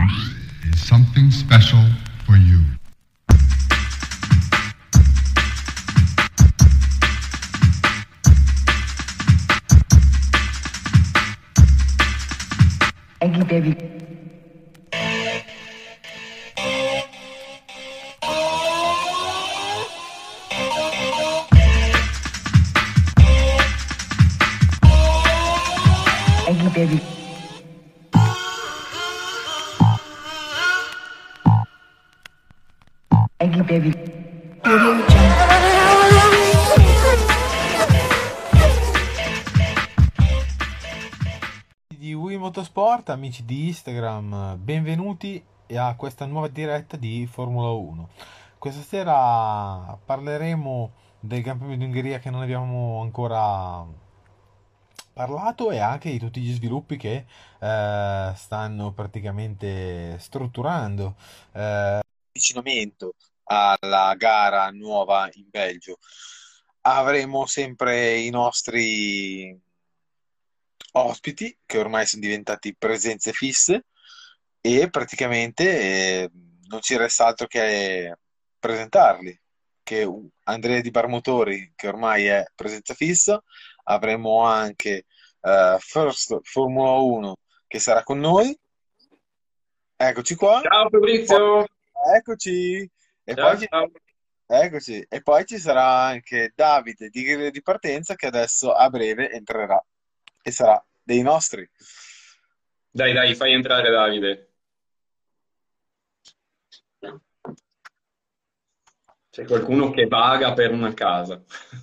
is something special for you. Thank you, baby. Thank you, baby. Thank you, baby. Di Wii Motorsport, amici di Instagram, benvenuti a questa nuova diretta di Formula 1. Questa sera parleremo del Gran Premio d'Ungheria che non abbiamo ancora parlato e anche di tutti gli sviluppi che stanno praticamente strutturando avvicinamento alla gara nuova in Belgio. Avremo sempre i nostri ospiti che ormai sono diventati presenze fisse e praticamente non ci resta altro che presentarli, che Andrea Di Barmotori che ormai è presenza fissa, avremo anche First Formula 1 che sarà con noi, eccoci qua. Ciao Fabrizio! Eccoci, e Ciao, poi ciao. eccoci, e poi ci sarà anche Davide di Griglia di Partenza che adesso a breve entrerà e sarà dei nostri. Dai, fai entrare Davide. C'è qualcuno che vaga per una casa.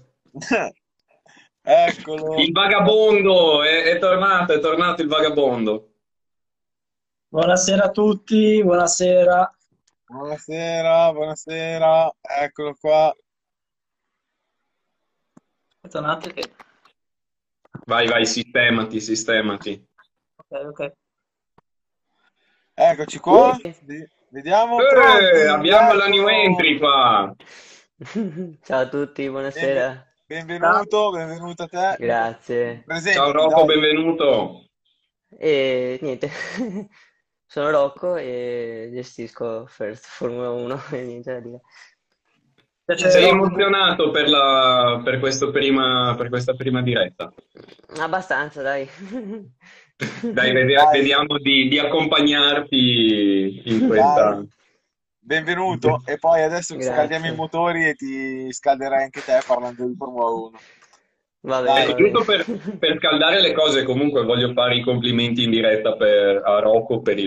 Eccolo. Il vagabondo, è tornato il vagabondo. Buonasera a tutti, buonasera. Buonasera, eccolo qua. Aspetta un attimo che... Vai, sistemati. Ok. Eccoci qua. Vediamo. Pronti? Abbiamo la Eccolo. new entry qua. Ciao a tutti, buonasera. Benvenuto a te. Grazie. Presenti, Ciao Rocco, dai. benvenuto. E niente, sono Rocco e gestisco First Formula 1 e niente da dire. Sei emozionato per questa prima diretta? Abbastanza, dai. Dai, vediamo di accompagnarti in questa. Dai. Benvenuto. E poi adesso Grazie. scaldiamo i motori e ti scalderai anche te parlando di Formula 1. Va Dai. bene, Ecco, giusto per scaldare le cose, comunque voglio fare i complimenti in diretta a Rocco per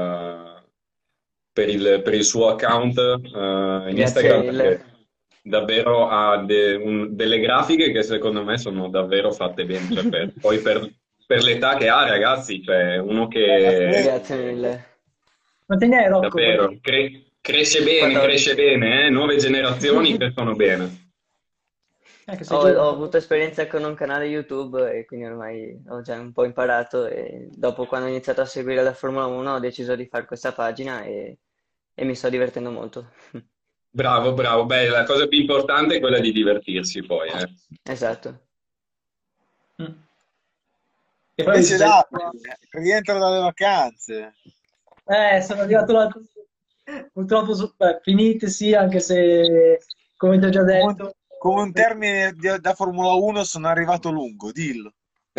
il suo account in Grazie Instagram, mille. perché davvero ha delle grafiche che secondo me sono davvero fatte bene. Cioè, poi per l'età che ha, ragazzi, cioè uno che Grazie mille. Quanti ne hai, Rocco? davvero cresce bene, nuove generazioni crescono bene. Che sei Ho giovane. avuto esperienza con un canale YouTube e quindi ormai ho già un po' imparato e dopo quando ho iniziato a seguire la Formula 1 ho deciso di fare questa pagina e mi sto divertendo molto. Bravo, beh, la cosa più importante è quella di divertirsi poi, Esatto. Mm. E poi Invece Davide rientra dalle vacanze. sono arrivato là, purtroppo finite sì, anche se come ti ho già detto. Come un termine da Formula 1 sono arrivato lungo, dillo.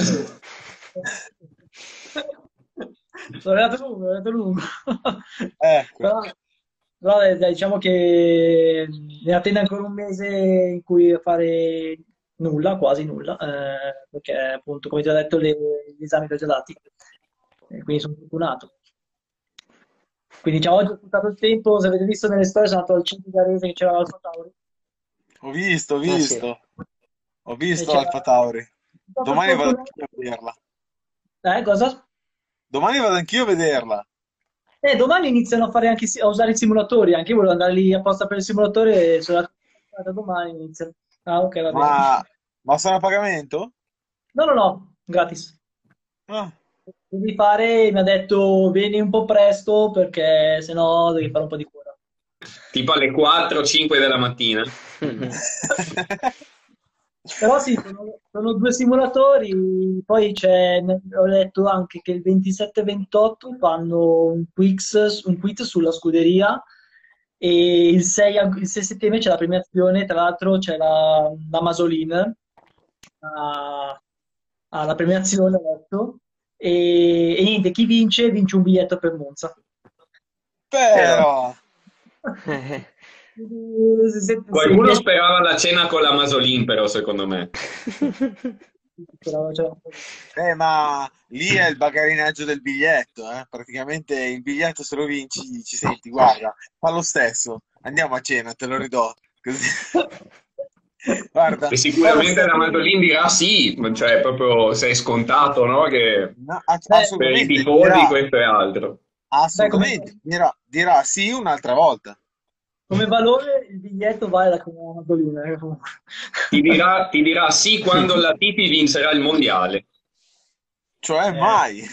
Sono arrivato lungo. Ecco. Però, diciamo che ne attende ancora un mese in cui fare nulla, quasi nulla, perché appunto, come ti ho detto, gli esami li ho già dati, e quindi sono fortunato. Quindi diciamo, oggi ho sfruttato il tempo, se avete visto nelle storie, sono andato al centro di Arese che c'era l'Alfa Tauri. Ho visto. sì. Ho visto c'era- Alfa Tauri. Domani vado fortunato. anch'io a vederla. Cosa? Domani vado anch'io a vederla. Domani iniziano a fare anche a usare i simulatori, anche io volevo andare lì apposta per il simulatore, e sono andato domani iniziano. Ah, ok, va bene. Ma sono a pagamento? No, gratis. Ah, Devi fare, mi ha detto, vieni un po' presto perché sennò devi fare un po' di coda. Tipo alle 4-5 della mattina. Però sì, sono due simulatori, poi ho letto anche che il 27-28 fanno un quiz sulla scuderia e il 6 settembre c'è la premiazione, tra l'altro c'è la Masolin alla premiazione, ho letto, e niente, chi vince un biglietto per Monza. Però, Quindi, Qualcuno sperava la cena con la Masolin, però, secondo me. ma lì è il bagarinaggio del biglietto, eh? Praticamente il biglietto se lo vinci ci senti, guarda, fa lo stesso, andiamo a cena, te lo ridò. Così. Guarda, E sicuramente la Masolin dirà sì, cioè proprio se è scontato, no? Che no, per i assolutamente, tifosi questo è altro. assolutamente, dirà sì un'altra volta. Come valore il biglietto vale la Masolina. Ti dirà sì quando la Tipi vincerà il mondiale. Cioè mai.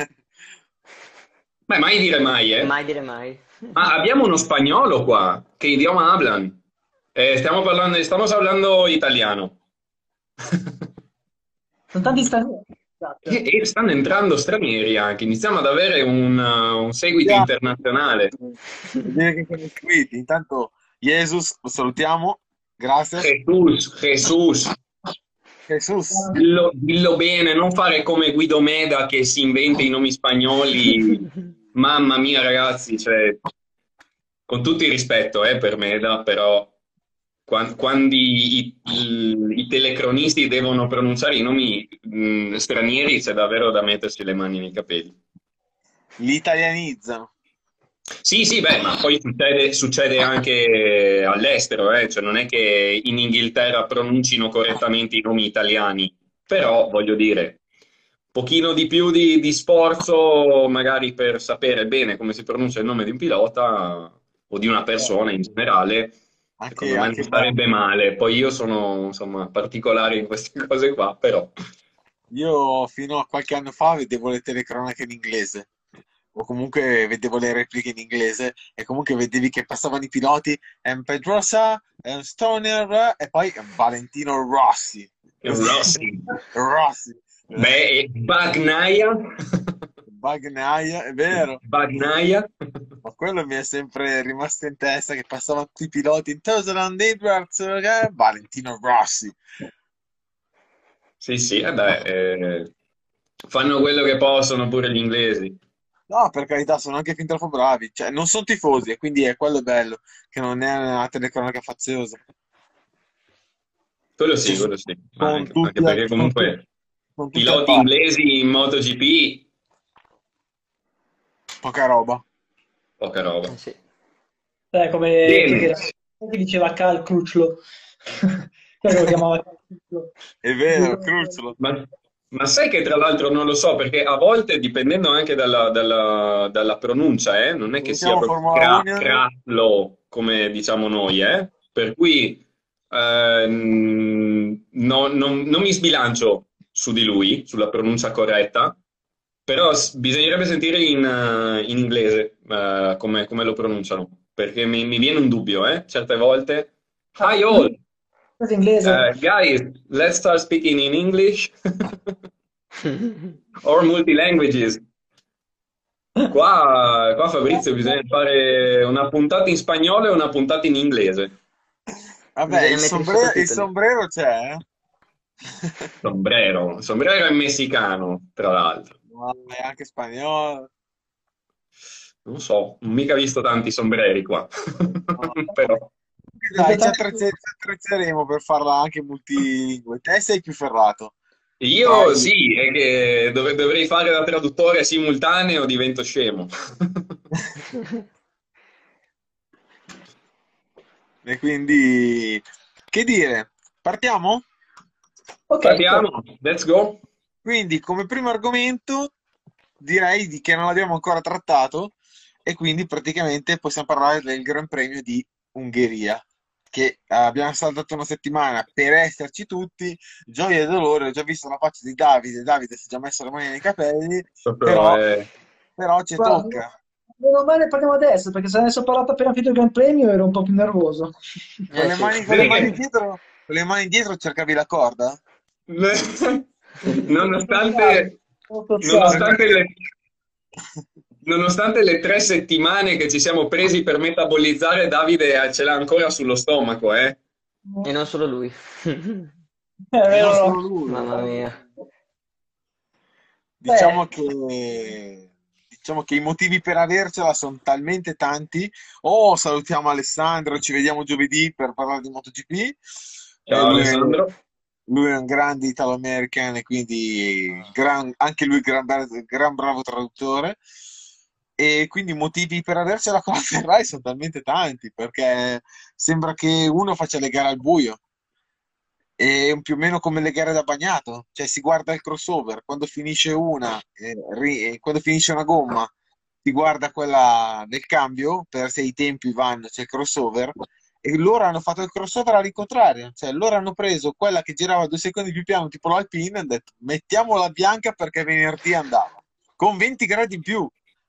Beh, mai dire mai, eh? Mai dire mai. Ma abbiamo uno spagnolo qua. Che idioma hablan? Estamos hablando italiano. Sono tanti stranieri. Esatto. E stanno entrando stranieri anche. Iniziamo ad avere un seguito internazionale. Dire che siamo iscritti. Intanto, Jesus, lo salutiamo. Grazie. Jesus. Dillo bene, non fare come Guido Meda che si inventa i nomi spagnoli. Mamma mia, ragazzi, cioè, con tutto il rispetto per Meda, però quando i telecronisti devono pronunciare i nomi stranieri c'è davvero da mettersi le mani nei capelli. Li italianizzano. Sì, beh, ma poi succede anche all'estero, cioè non è che in Inghilterra pronuncino correttamente i nomi italiani, però voglio dire, pochino di più di sforzo magari per sapere bene come si pronuncia il nome di un pilota o di una persona in generale, secondo me non sarebbe male. Poi io sono, insomma, particolare in queste cose qua, però... Io fino a qualche anno fa vedevo le telecronache in inglese, o comunque vedevo le repliche in inglese, e comunque vedevi che passavano i piloti, Pedrosa, Stoner, e poi Valentino Rossi. Rossi. Beh, e Bagnaia? Bagnaia, è vero. Bagnaia? Ma quello mi è sempre rimasto in testa, che passavano tutti i piloti in Toseland, Edwards, Valentino Rossi. Sì, fanno quello che possono pure gli inglesi. No, per carità, sono anche fin troppo bravi. Cioè, non sono tifosi, e quindi è quello bello, che non è una telecronaca faziosa. Quello sì. Ma anche perché comunque piloti inglesi in MotoGP... Poca roba. Sì. Come diceva Cal Crucciolo. Quello lo chiamava Cal Crucciolo. È vero, Crucciolo. Ma sai che tra l'altro non lo so, perché a volte, dipendendo anche dalla pronuncia, non è che sia proprio Craplo, come diciamo noi, per cui non mi sbilancio su di lui, sulla pronuncia corretta, però bisognerebbe sentire in inglese come lo pronunciano, perché mi viene un dubbio, certe volte. Hi all! Guys, let's start speaking in English or multi-languages. Qua Fabrizio bisogna fare una puntata in spagnolo e una puntata in inglese. Vabbè, il sombrero c'è, Sombrero è messicano, tra l'altro. Ma è anche spagnolo. Non so, non ho mica visto tanti sombreri qua. Però... Dai, ci attrezzeremo per farla anche multilingue. Te sei più ferrato. Io sì, è che dovrei fare da traduttore simultaneo, divento scemo. E quindi, che dire? Partiamo? Partiamo, let's go. Quindi, come primo argomento, direi che non l'abbiamo ancora trattato, e quindi praticamente possiamo parlare del Gran Premio di Ungheria, che abbiamo saltato una settimana per esserci tutti, gioia e dolore. Ho già visto la faccia di Davide si è già messo le mani nei capelli, però ci tocca. Meno male parliamo adesso, perché se ne adesso parlato appena finito il Gran Premio ero un po' più nervoso. Con le mani dietro con le mani dietro cercavi la corda? Nonostante, Molto forzato. nonostante le, nonostante le 3 settimane che ci siamo presi per metabolizzare, Davide ce l'ha ancora sullo stomaco, eh? E non solo lui. È E non vero, solo no? lui. Mamma mia. Diciamo Beh, che i motivi per avercela sono talmente tanti. Oh, salutiamo Alessandro, ci vediamo giovedì per parlare di MotoGP. Ciao Lui è, Alessandro. lui è un grande Italo-American e quindi anche lui gran bravo traduttore. E quindi i motivi per avercela con la Ferrari sono talmente tanti, perché sembra che uno faccia le gare al buio. È più o meno come le gare da bagnato, cioè si guarda il crossover, quando finisce quando finisce una gomma, si guarda quella del cambio, per se i tempi vanno, c'è il crossover, e loro hanno fatto il crossover all'incontrario, cioè loro hanno preso quella che girava 2 secondi più piano, tipo l'Alpine, e hanno detto mettiamola bianca perché venerdì andava, con 20 gradi in più,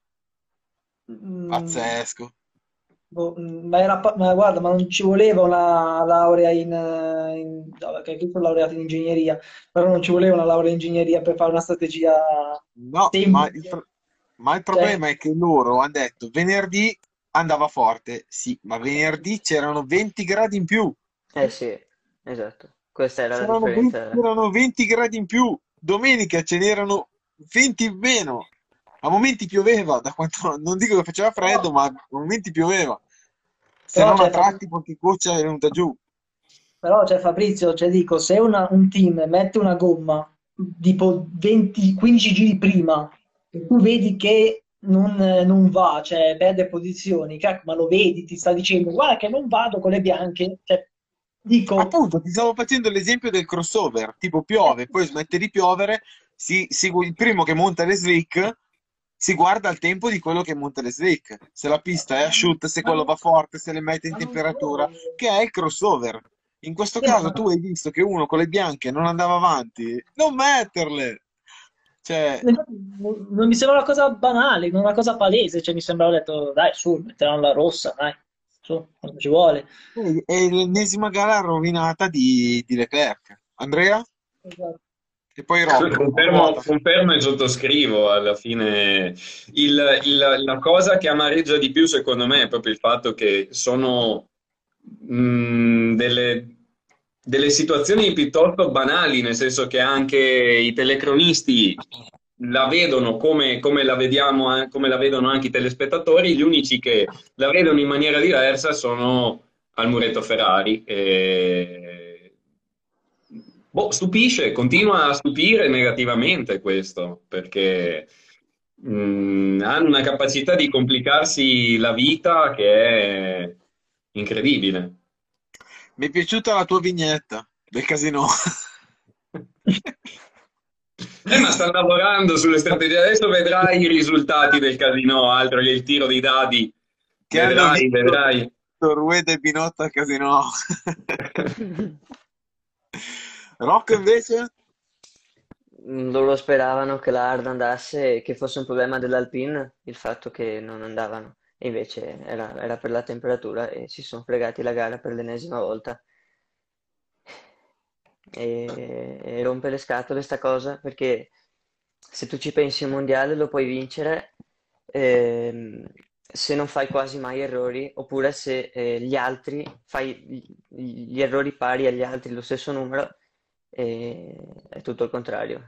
mm, pazzesco. boh, ma guarda, ma non ci voleva una laurea no, perché io sono laureato in ingegneria, però non ci voleva una laurea in ingegneria per fare una strategia No, semplice. ma il Cioè, problema è che loro hanno detto venerdì andava forte, sì, ma venerdì c'erano 20 gradi in più. Eh sì, esatto. Questa era la differenza. C'erano 20 gradi in più. Domenica ce n'erano 20 in meno. A momenti pioveva, non dico che faceva freddo, ma a momenti pioveva. Se però, non a cioè, tratti qualche goccia è venuta giù. Però, cioè, Fabrizio, cioè, dico, se un team mette una gomma tipo 20, 15 giri prima e tu vedi che non va, cioè perde posizioni, cacchio, ma lo vedi, ti sta dicendo, guarda che non vado con le bianche, cioè, dico, Appunto, ti stavo facendo l'esempio del crossover, tipo piove, poi smette di piovere, il primo che monta le slick si guarda il tempo di quello che monta le slick. Se la pista è asciutta, se quello va forte, se le mette in temperatura, che è il crossover. In questo sì, caso tu hai visto che uno con le bianche non andava avanti, non metterle! Cioè, non mi sembra una cosa banale, non una cosa palese, cioè mi sembrava, ho detto, dai, su, metteranno la rossa, dai, su, quando ci vuole. è l'ennesima gara rovinata di Leclerc. Andrea? Esatto. E poi Rocco, a Confermo, ruota. confermo e sottoscrivo alla fine. La cosa che amareggia di più, secondo me, è proprio il fatto che sono delle situazioni piuttosto banali, nel senso che anche i telecronisti la vedono come la vediamo, come la vedono anche i telespettatori, gli unici che la vedono in maniera diversa sono al muretto Ferrari. Boh, stupisce, continua a stupire negativamente questo, perché hanno una capacità di complicarsi la vita che è incredibile. Mi è piaciuta la tua vignetta del casino. Ma stanno lavorando sulle strategie, adesso vedrai i risultati del casino, altro che il tiro di dadi. Che hanno Vedrai, vinto vedrai. Rueda e Binotto al casino. Rocco invece? Loro speravano che la Hard andasse e che fosse un problema dell'Alpine il fatto che non andavano. E invece era per la temperatura e si sono fregati la gara per l'ennesima volta. E rompe le scatole sta cosa perché se tu ci pensi un mondiale lo puoi vincere se non fai quasi mai errori oppure se gli altri fai gli errori pari agli altri lo stesso numero è tutto il contrario.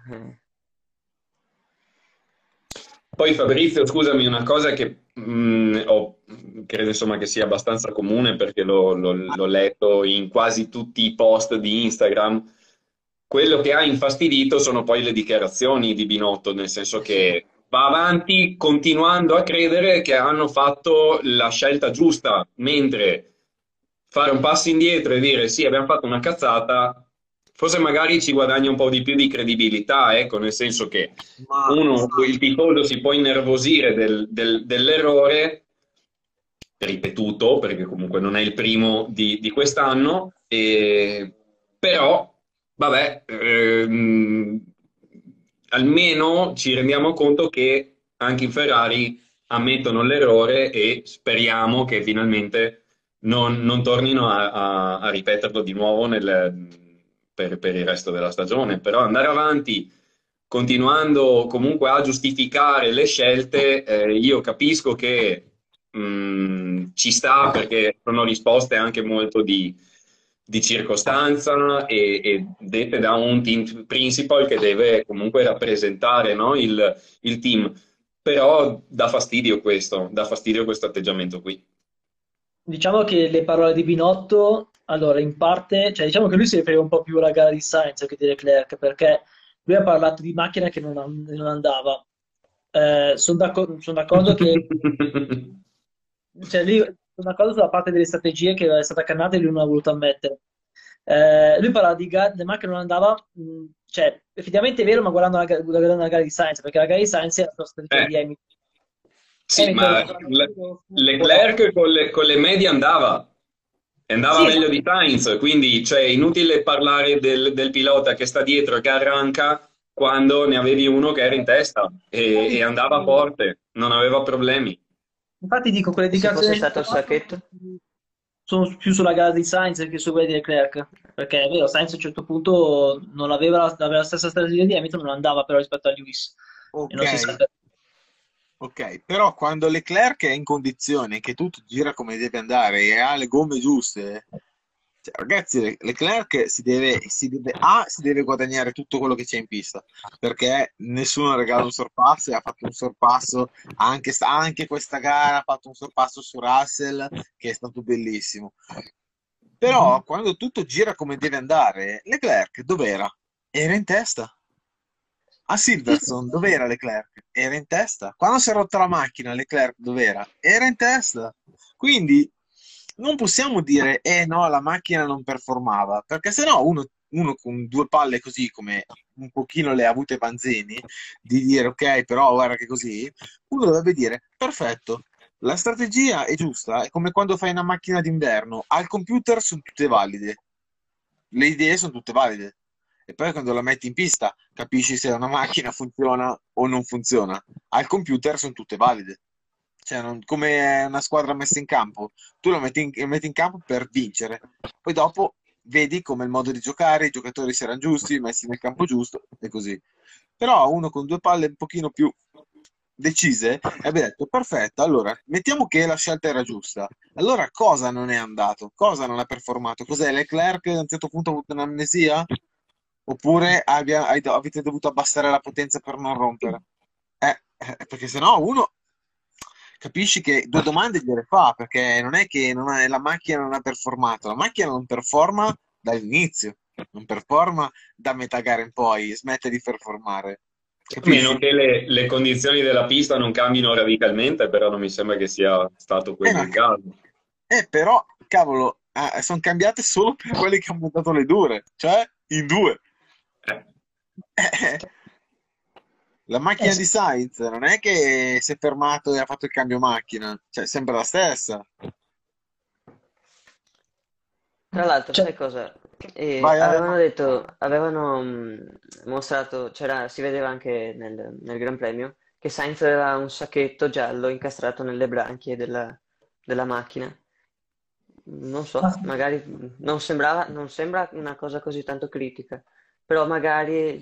Poi Fabrizio, scusami, una cosa che credo insomma che sia abbastanza comune perché l'ho letto in quasi tutti i post di Instagram. Quello che ha infastidito sono poi le dichiarazioni di Binotto, nel senso Sì. che va avanti continuando a credere che hanno fatto la scelta giusta, mentre fare un passo indietro e dire sì, abbiamo fatto una cazzata, forse magari ci guadagna un po' di più di credibilità, ecco, nel senso che Ma uno, il tifoso si può innervosire dell'errore ripetuto, perché comunque non è il primo di quest'anno, però, vabbè, almeno ci rendiamo conto che anche in Ferrari ammettono l'errore e speriamo che finalmente non tornino a ripeterlo di nuovo per il resto della stagione. Però andare avanti continuando comunque a giustificare le scelte, io capisco che ci sta perché sono risposte anche molto di circostanza e dette da un team principal che deve comunque rappresentare, no, il team. Però dà fastidio questo atteggiamento qui. Diciamo che le parole di Binotto, allora in parte, cioè diciamo che lui si riferiva un po' più alla gara di Sainz che di Leclerc, perché lui ha parlato di macchina che non andava. Sono d'accordo che, cioè, sono d'accordo sulla parte delle strategie che è stata cannata e lui non ha voluto ammettere. Lui parlava di le macchine che non andava, cioè effettivamente è vero, ma guardando la gara di Sainz, perché la gara di Sainz era la strategia Eh, di Hamilton. sì, Hamilton ma Leclerc con le medie andava Sì, meglio esatto. di Sainz, quindi cioè, è inutile parlare del pilota che sta dietro e che arranca quando ne avevi uno che era in testa e andava forte, non aveva problemi. Infatti dico, quelle Se fosse dichiarazioni di stato il Binotto sacchetto? sono più sulla gara di Sainz che su quella di Leclerc, perché è vero, Sainz a un certo punto non aveva la stessa strategia di Hamilton, non andava però rispetto a Lewis, e Ok, non si sa perché. ok, però quando Leclerc è in condizione che tutto gira come deve andare e ha le gomme giuste, cioè, ragazzi, Leclerc si deve guadagnare tutto quello che c'è in pista, perché nessuno regala un sorpasso e ha fatto un sorpasso anche questa gara, ha fatto un sorpasso su Russell che è stato bellissimo. Però quando tutto gira come deve andare, Leclerc dov'era? Era in testa. A Sì, sì. Silverstone, dov'era Leclerc? Era in testa. Quando si è rotta la macchina, Leclerc dov'era? Era in testa. Quindi non possiamo dire, eh no, la macchina non performava, perché se no uno con due palle così come un pochino le ha avute Vanzini, di dire ok, però guarda che così, uno dovrebbe dire, perfetto, la strategia è giusta, è come quando fai una macchina d'inverno, al computer sono tutte valide, le idee sono tutte valide. E poi quando la metti in pista capisci se una macchina funziona o non funziona. Al computer sono tutte valide. Cioè, come una squadra messa in campo. Tu la metti in campo per vincere. Poi dopo vedi come il modo di giocare, i giocatori si erano giusti, messi nel campo giusto e così. Però uno con due palle un pochino più decise e abbia detto, perfetto, allora mettiamo che la scelta era giusta. Allora cosa non è andato? Cosa non ha performato? Cos'è Leclerc a un certo punto ha avuto un'amnesia? Oppure avete dovuto abbassare la potenza per non rompere? Perché sennò uno capisci che due domande gliele fa, perché non è che la macchina non ha performato, la macchina non performa dall'inizio, non performa da metà gara in poi, smette di performare. A meno Capisci? che le condizioni della pista non cambino radicalmente, però non mi sembra che sia stato quello Ma, il caso. però, cavolo, sono cambiate solo per quelli che hanno montato le dure, cioè in due. Eh, Eh, La Eh macchina sì. di Sainz non è che si è fermato e ha fatto il cambio macchina, cioè sembra la stessa. Tra l'altro, Cioè, sai cosa? Vai, vai, Avevano vai. detto, avevano mostrato, si vedeva anche nel Gran Premio, che Sainz aveva un sacchetto giallo incastrato nelle branchie della macchina. Non so, magari non sembra una cosa così tanto critica, però magari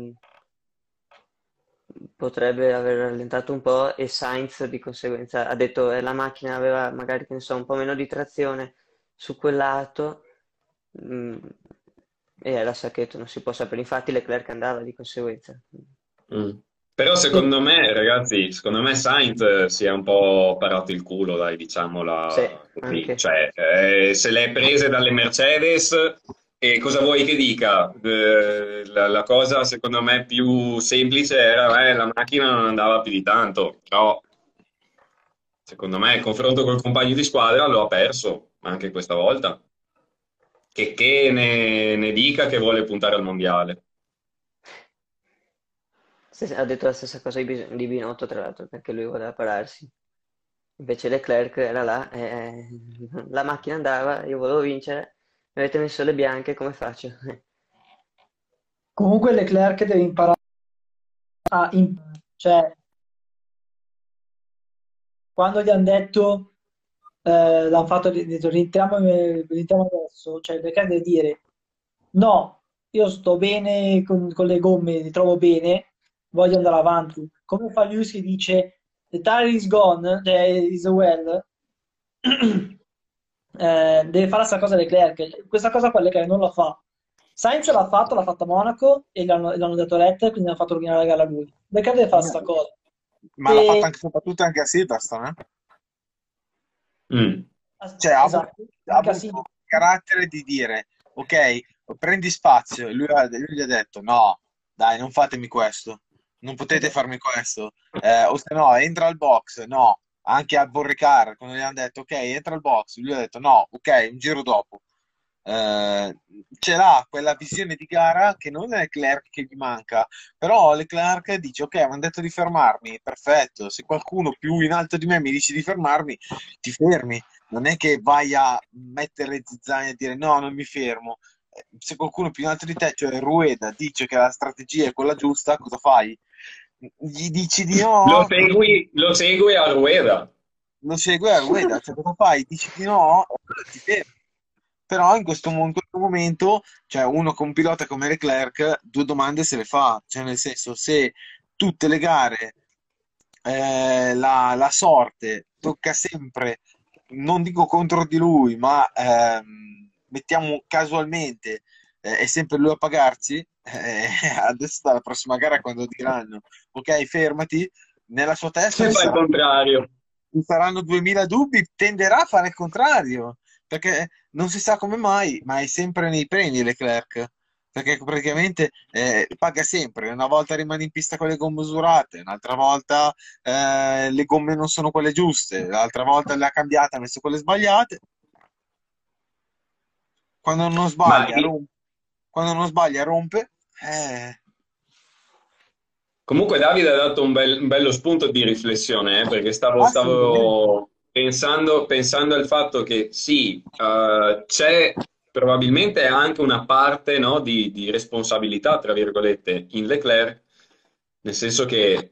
potrebbe aver rallentato un po' e Sainz di conseguenza ha detto la macchina aveva magari, che ne so, un po' meno di trazione su quel lato mm, e era sacchetto, non si può sapere. Infatti Leclerc andava di conseguenza. mm. Però sì, secondo me, ragazzi, secondo me Sainz si è un po' parato il culo, dai, Sì, diciamola così. anche. Cioè, se le è prese dalle Mercedes e cosa vuoi che dica? La cosa secondo me più semplice era la macchina non andava più di tanto, però secondo me il confronto col compagno di squadra lo ha perso anche questa volta. Che ne dica che vuole puntare al mondiale. Ha detto la stessa cosa di Binotto, tra l'altro, perché lui voleva pararsi. Invece Leclerc era là, la macchina andava, io volevo vincere, mi avete messo le bianche, come faccio? comunque Leclerc deve imparare cioè, quando gli hanno detto l'hanno fatto, rientriamo adesso, cioè Leclerc deve dire no, io sto bene con le gomme, li trovo bene, voglio andare avanti. Come fa Lewis che dice the tire is gone, cioè is well, deve fare la stessa cosa Leclerc. Questa cosa qua Leclerc non la fa. Sainz l'ha fatta a Monaco e l'hanno dato retta, quindi hanno fatto rovinare la gara a lui. Leclerc deve fare la stessa cosa. Ma l'ha fatto anche, soprattutto anche a Silverstone, eh? Mm. Cioè, ha avuto, Esatto, ha anche a avuto il Silverstone. carattere di dire, ok, prendi spazio. Lui gli ha detto, no, dai, non fatemi questo, non potete farmi questo. O se no, entra al box, no. Anche a Borricar, quando gli hanno detto, ok, entra al box, lui ha detto, no, ok, un giro dopo. Eh, Ce l'ha quella visione di gara che non è Leclerc che gli manca, però Leclerc dice, ok, mi hanno detto di fermarmi, perfetto, se qualcuno più in alto di me mi dice di fermarmi, ti fermi. Non è che vai a mettere zizzania e dire no, non mi fermo. Se qualcuno più in alto di te, cioè Rueda, dice che la strategia è quella giusta, cosa fai? Gli dici di no? Lo segui a Rueda. Lo segue a Rueda, cioè cosa fai? Dici di no? Ti fermi. Però in questo momento, cioè uno con un pilota come Leclerc, due domande se le fa. Cioè nel senso, se tutte le gare la sorte tocca sempre, non dico contro di lui, ma mettiamo casualmente, è sempre lui a pagarsi. Adesso dalla prossima gara quando diranno ok, fermati, nella sua testa Se fa il contrario. ci saranno 2000 dubbi, tenderà a fare il contrario, perché non si sa come mai, ma è sempre nei premi Leclerc. Perché praticamente paga sempre, una volta rimane in pista con le gomme usurate, un'altra volta le gomme non sono quelle giuste, l'altra volta le ha cambiate, ha messo quelle sbagliate. Quando non Ma sbaglia, rompe. Quando non sbaglia, rompe. comunque Davide ha dato un bello spunto di riflessione, perché Assolutamente. stavo pensando al fatto che sì, c'è probabilmente anche una parte, no, di responsabilità, tra virgolette, in Leclerc, nel senso che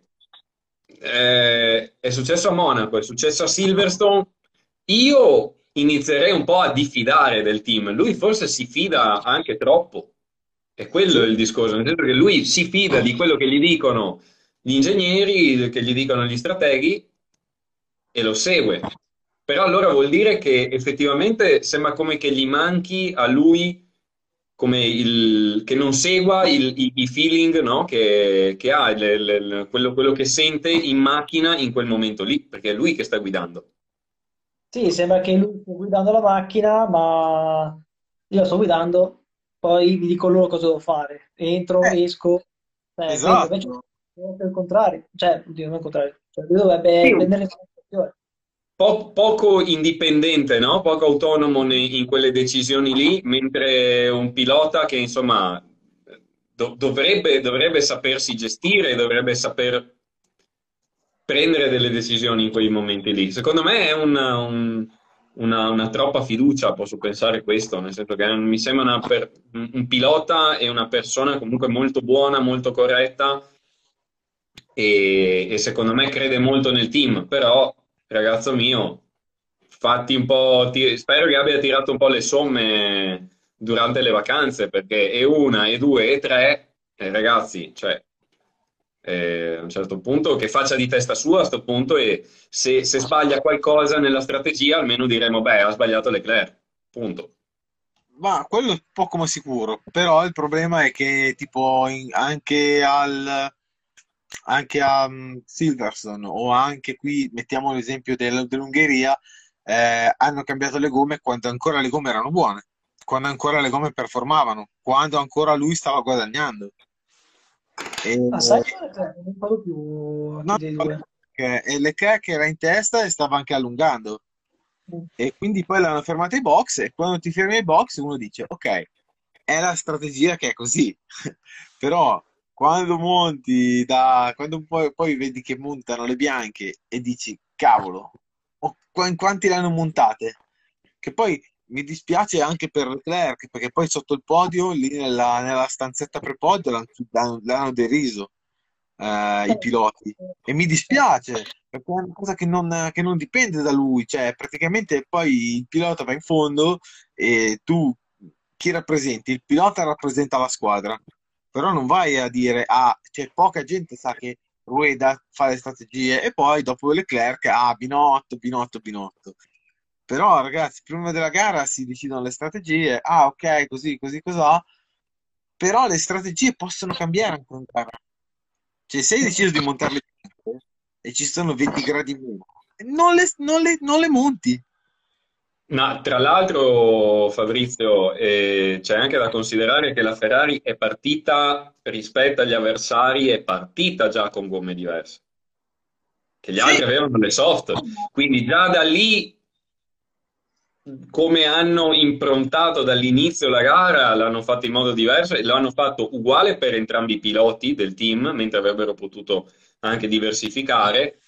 è successo a Monaco, è successo a Silverstone. Io inizierei un po' a diffidare del team. Lui forse si fida anche troppo. E quello Sì. è il discorso, nel senso che lui si fida di quello che gli dicono gli ingegneri, che gli dicono gli strateghi e lo segue. Però allora vuol dire che effettivamente sembra come che gli manchi a lui come che non segua i feeling, no, che ha, quello che sente in macchina in quel momento lì, perché è lui che sta guidando. Sì, sembra che lui stia guidando la macchina, ma io la sto guidando, poi vi dico loro cosa devo fare. Entro, Eh, esco, quello invece esatto. è il contrario, cioè, oddio, non il contrario, cioè, lui Sì, dovrebbe prendere le decisioni. poco indipendente, no? Poco autonomo in quelle decisioni lì, mentre un pilota che insomma dovrebbe sapersi gestire, dovrebbe saper prendere delle decisioni in quei momenti lì. Secondo me è una troppa fiducia, posso pensare questo, nel senso che mi sembra un pilota e una persona comunque molto buona, molto corretta e secondo me crede molto nel team, però ragazzo mio, fatti un po', spero che abbia tirato un po' le somme durante le vacanze, perché è una, e due, e tre, ragazzi, cioè, a un certo punto che faccia di testa sua a sto punto e se sbaglia qualcosa nella strategia, almeno diremo, beh, ha sbagliato Leclerc, punto. Ma quello è poco ma sicuro, però il problema è che tipo anche a Silverstone o anche qui, mettiamo l'esempio dell'Ungheria, hanno cambiato le gomme quando ancora le gomme erano buone, quando ancora le gomme performavano, quando ancora lui stava guadagnando. E, Ah, sai che non mi ricordo più a chi no, dei due. e Leclerc era in testa e stava anche allungando. E quindi poi l'hanno fermato ai box e quando ti fermi ai box uno dice ok, è la strategia che è così. Però quando quando poi vedi che montano le bianche e dici cavolo, in quanti le hanno montate? Che poi mi dispiace anche per Leclerc perché poi sotto il podio, lì nella stanzetta pre-podio l'hanno deriso. i piloti. E mi dispiace, perché è una cosa che non dipende da lui, cioè praticamente poi il pilota va in fondo e tu chi rappresenti? Il pilota rappresenta la squadra, però non vai a dire, ah, c'è poca gente sa che Rueda fa le strategie e poi dopo Leclerc, ah, Binotto, Binotto, Binotto. Però ragazzi, prima della gara si decidono le strategie, ah, ok, così, così, cos'ha, però le strategie possono cambiare anche in gara. Cioè, se hai deciso di montare le piste e ci sono 20 gradi in meno, non le monti. Ma tra l'altro, Fabrizio, c'è anche da considerare che la Ferrari è partita rispetto agli avversari, è partita già con gomme diverse, che gli Sì, altri avevano le soft. Quindi già da lì, come hanno improntato dall'inizio la gara, l'hanno fatto in modo diverso e l'hanno fatto uguale per entrambi i piloti del team, mentre avrebbero potuto anche diversificare.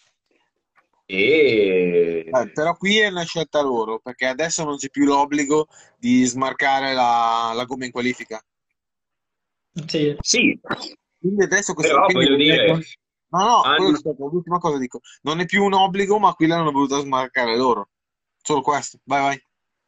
E però qui è una scelta loro, perché adesso non c'è più l'obbligo di smarcare la gomma in qualifica. Sì. sì, Quindi adesso questo, però quindi, voglio dire, no, no, quello, hanno, aspetta, l'ultima cosa dico, non è più un obbligo, ma qui l'hanno voluto smarcare loro. Solo questo, vai, vai.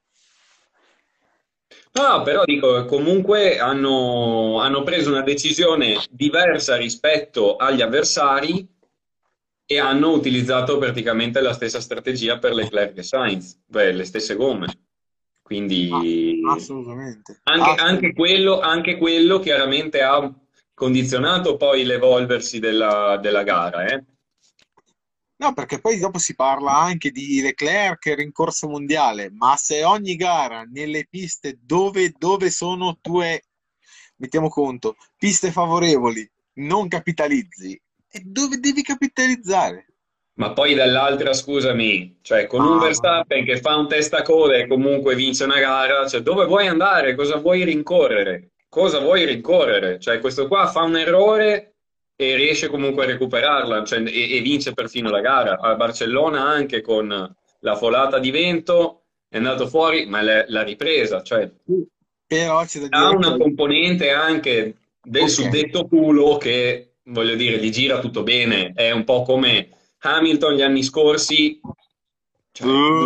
no, però dico, comunque hanno preso una decisione diversa rispetto agli avversari e hanno utilizzato praticamente la stessa strategia per Leclerc e Sainz, beh, le stesse gomme. Ah, Quindi assolutamente, anche quello chiaramente ha condizionato poi l'evolversi della gara, eh. No, perché poi dopo si parla anche di Leclerc rincorsa mondiale, ma se ogni gara nelle piste dove sono tue, mettiamo conto, piste favorevoli, non capitalizzi, e dove devi capitalizzare? Ma poi dall'altra, scusami, cioè con un Mamma mia. Verstappen che fa un testacoda e comunque vince una gara, cioè dove vuoi andare? Cosa vuoi rincorrere? Cosa vuoi rincorrere? Cioè questo qua fa un errore e riesce comunque a recuperarla, cioè, e vince perfino la gara. A Barcellona anche con la folata di vento è andato fuori, ma l'ha ripresa, cioè Però c'è da ha dire una che, componente anche del ok, suddetto culo che, voglio dire, gli gira tutto bene. È un po' come Hamilton gli anni scorsi, cioè, uh,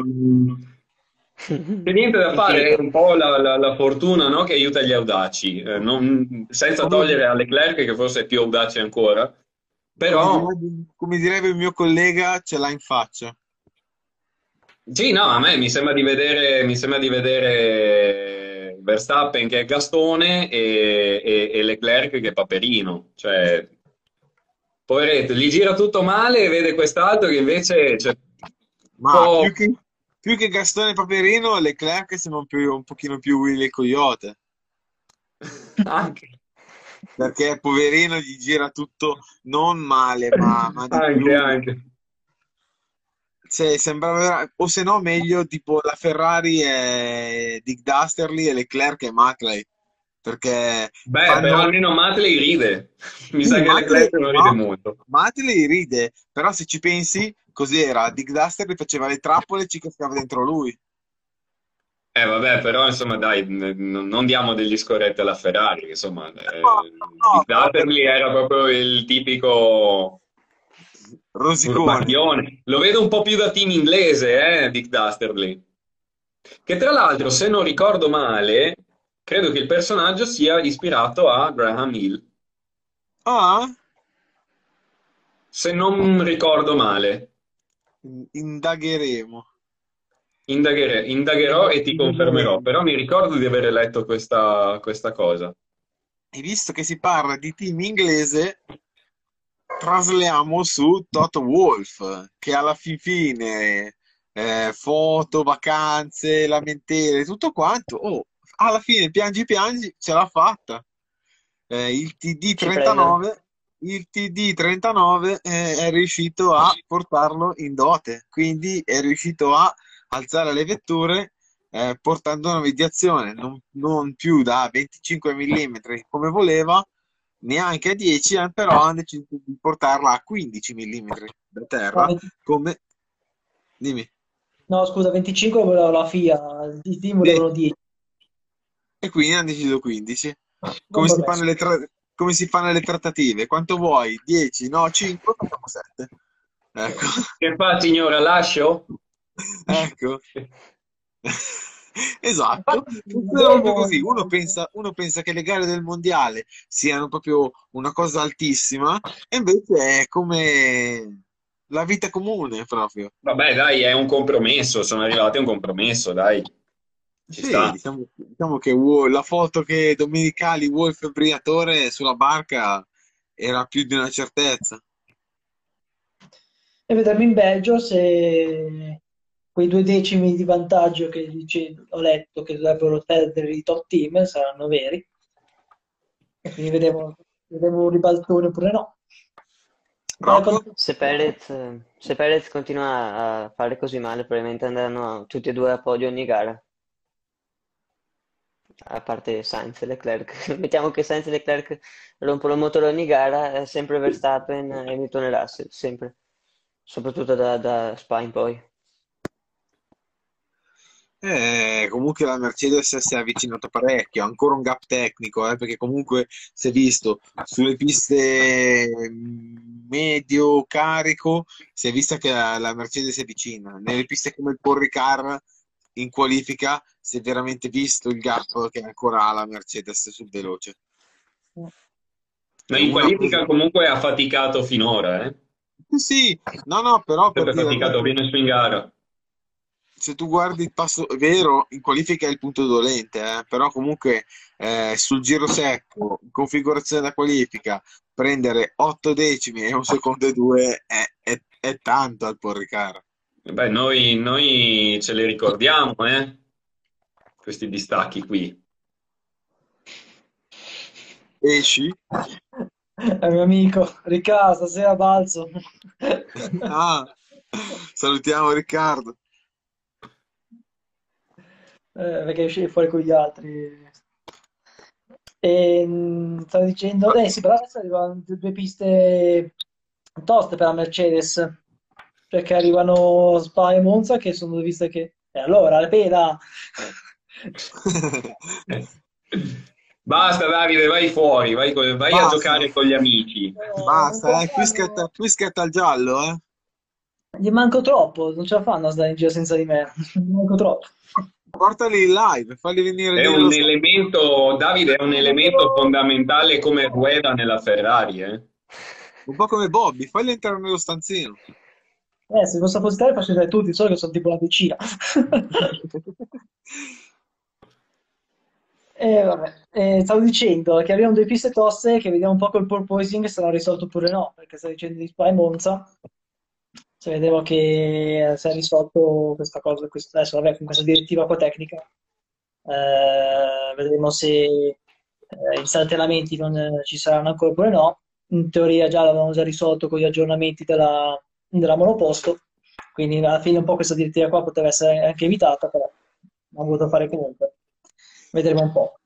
c'è niente da Il fare, è figo. un po' la fortuna, no, che aiuta gli audaci. Senza come, togliere a Leclerc, che forse è più audace ancora, però come direbbe il mio collega, ce l'ha in faccia. sì, no, a me mi sembra di vedere Verstappen che è Gastone e Leclerc che è Paperino. Cioè, poveretto, gli gira tutto male e vede quest'altro che invece c'è un Ma po'. più che Gastone Paperino, Leclerc sembra un pochino più Willy Coyote, Anche, perché poverino gli gira tutto non male, ma di anche, più. anche. Cioè, o se no meglio, tipo la Ferrari è Dick Dastardly e Leclerc è Maclay, perché Beh, però fanno. almeno Matley ride. Mi sa Sì, che Maclay, Leclerc non ride no, molto. Matley ride, però se ci pensi, cos'era? Dick Dastardly faceva le trappole e ci cascava dentro lui. Vabbè, però insomma dai, non diamo degli scorretti alla Ferrari, che, insomma, No, no, Dick Dutterley era proprio il tipico Rosicone. furbacchione. Lo vedo un po' più da team inglese, Dick Dastardly. Che tra l'altro, se non ricordo male, credo che il personaggio sia ispirato a Graham Hill. Ah, Se non ricordo male. indagheremo. Indagherò e ti confermerò, però mi ricordo di aver letto questa cosa. E visto che si parla di team inglese, trasliamo su Toto Wolff, che alla fine, foto, vacanze, lamentele, tutto quanto, oh, alla fine piangi piangi, ce l'ha fatta. Il Ci prendono. TD39, il TD39 è riuscito a portarlo in dote, quindi è riuscito a alzare le vetture portando una mediazione non più da 25 mm come voleva, neanche a 10, però hanno deciso di portarla a 15 mm da No, terra, come. Dimmi. no, scusa, 25 voleva la FIA, i team Sì, volevano 10. e quindi hanno deciso 15. Non Come si vabbè, fanno come si fa nelle trattative. Quanto vuoi? 10? No, 5? Facciamo 7. Ecco. Che fa, signora? Lascio? Ecco. Esatto, Infatti, funziona proprio vedremo. così. Uno pensa che le gare del mondiale siano proprio una cosa altissima, e invece è come la vita comune proprio. Vabbè, dai, è un compromesso, sono arrivati a un compromesso, dai, ci Sì, sta. diciamo che la foto che Domenicali, Wolf e Briatore sulla barca era più di una certezza. E vedremo in Belgio se quei 2 decimi di vantaggio che ho letto che dovrebbero perdere i top team saranno veri. E quindi vedremo un ribaltone oppure no. Rocco? Se Perez continua a fare così male, probabilmente andranno tutti e due a podio ogni gara, a parte Sainz e Leclerc. Mettiamo che Sainz e Leclerc rompono il motore ogni gara, è sempre Verstappen e Hamilton e Russell, sempre, soprattutto da Spa in poi. Comunque la Mercedes si è avvicinata parecchio, ha ancora un gap tecnico, perché comunque si è visto sulle piste medio carico, si è vista che la Mercedes è vicina. Nelle piste come il Paul Ricard in qualifica si è veramente visto il gap che ancora ha la Mercedes sul veloce. Ma E in una qualifica comunque ha faticato finora, eh? Sì, no, no, però per Sempre dire, faticato adesso, bene su in gara. se tu guardi il passo, è vero, in qualifica è il punto dolente, però comunque sul giro secco, in configurazione da qualifica, prendere 8 decimi e 1 secondo e 2 è tanto al Paul Ricard. Beh, noi ce le ricordiamo, questi distacchi qui. Esci? È mio amico, Riccardo, stasera balzo. Ah, salutiamo Riccardo. Perché uscire fuori con gli altri. E stavo dicendo, sì, però adesso arrivano 2 piste toste per la Mercedes, perché arrivano Spa e Monza, che sono 2 piste che... E allora, la pena! Basta, Davide, vai fuori, vai a Basta, giocare con gli amici. Non basta, compagno. qui scatta il giallo, eh. Gli manco troppo, non ce la fanno a stare in giro senza di me. Gli manco troppo. Portali in live, falli venire È lì un nello elemento, Davide, è un elemento fondamentale come Rueda nella Ferrari, eh? un po' come Bobby, falli entrare nello stanzino. Se posso appositare faccio vedere tutti, solo che sono tipo una decina. Vabbè. Stavo dicendo che abbiamo 2 piste toste che vediamo un po' col porpoising se saranno risolto oppure no, perché stavo dicendo di Spa e Monza, se vedevo che si è risolto questa cosa, adesso vabbè, con questa direttiva qua tecnica, vedremo se i saltellamenti non ci saranno ancora oppure no. In teoria già l'avevamo già risolto con gli aggiornamenti della monoposto, quindi alla fine un po' questa direttiva qua poteva essere anche evitata, però l'hanno voluto fare comunque. Vedremo un po'.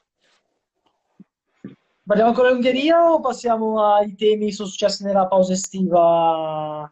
Parliamo ancora di Ungheria o passiamo ai temi che sono successi nella pausa estiva?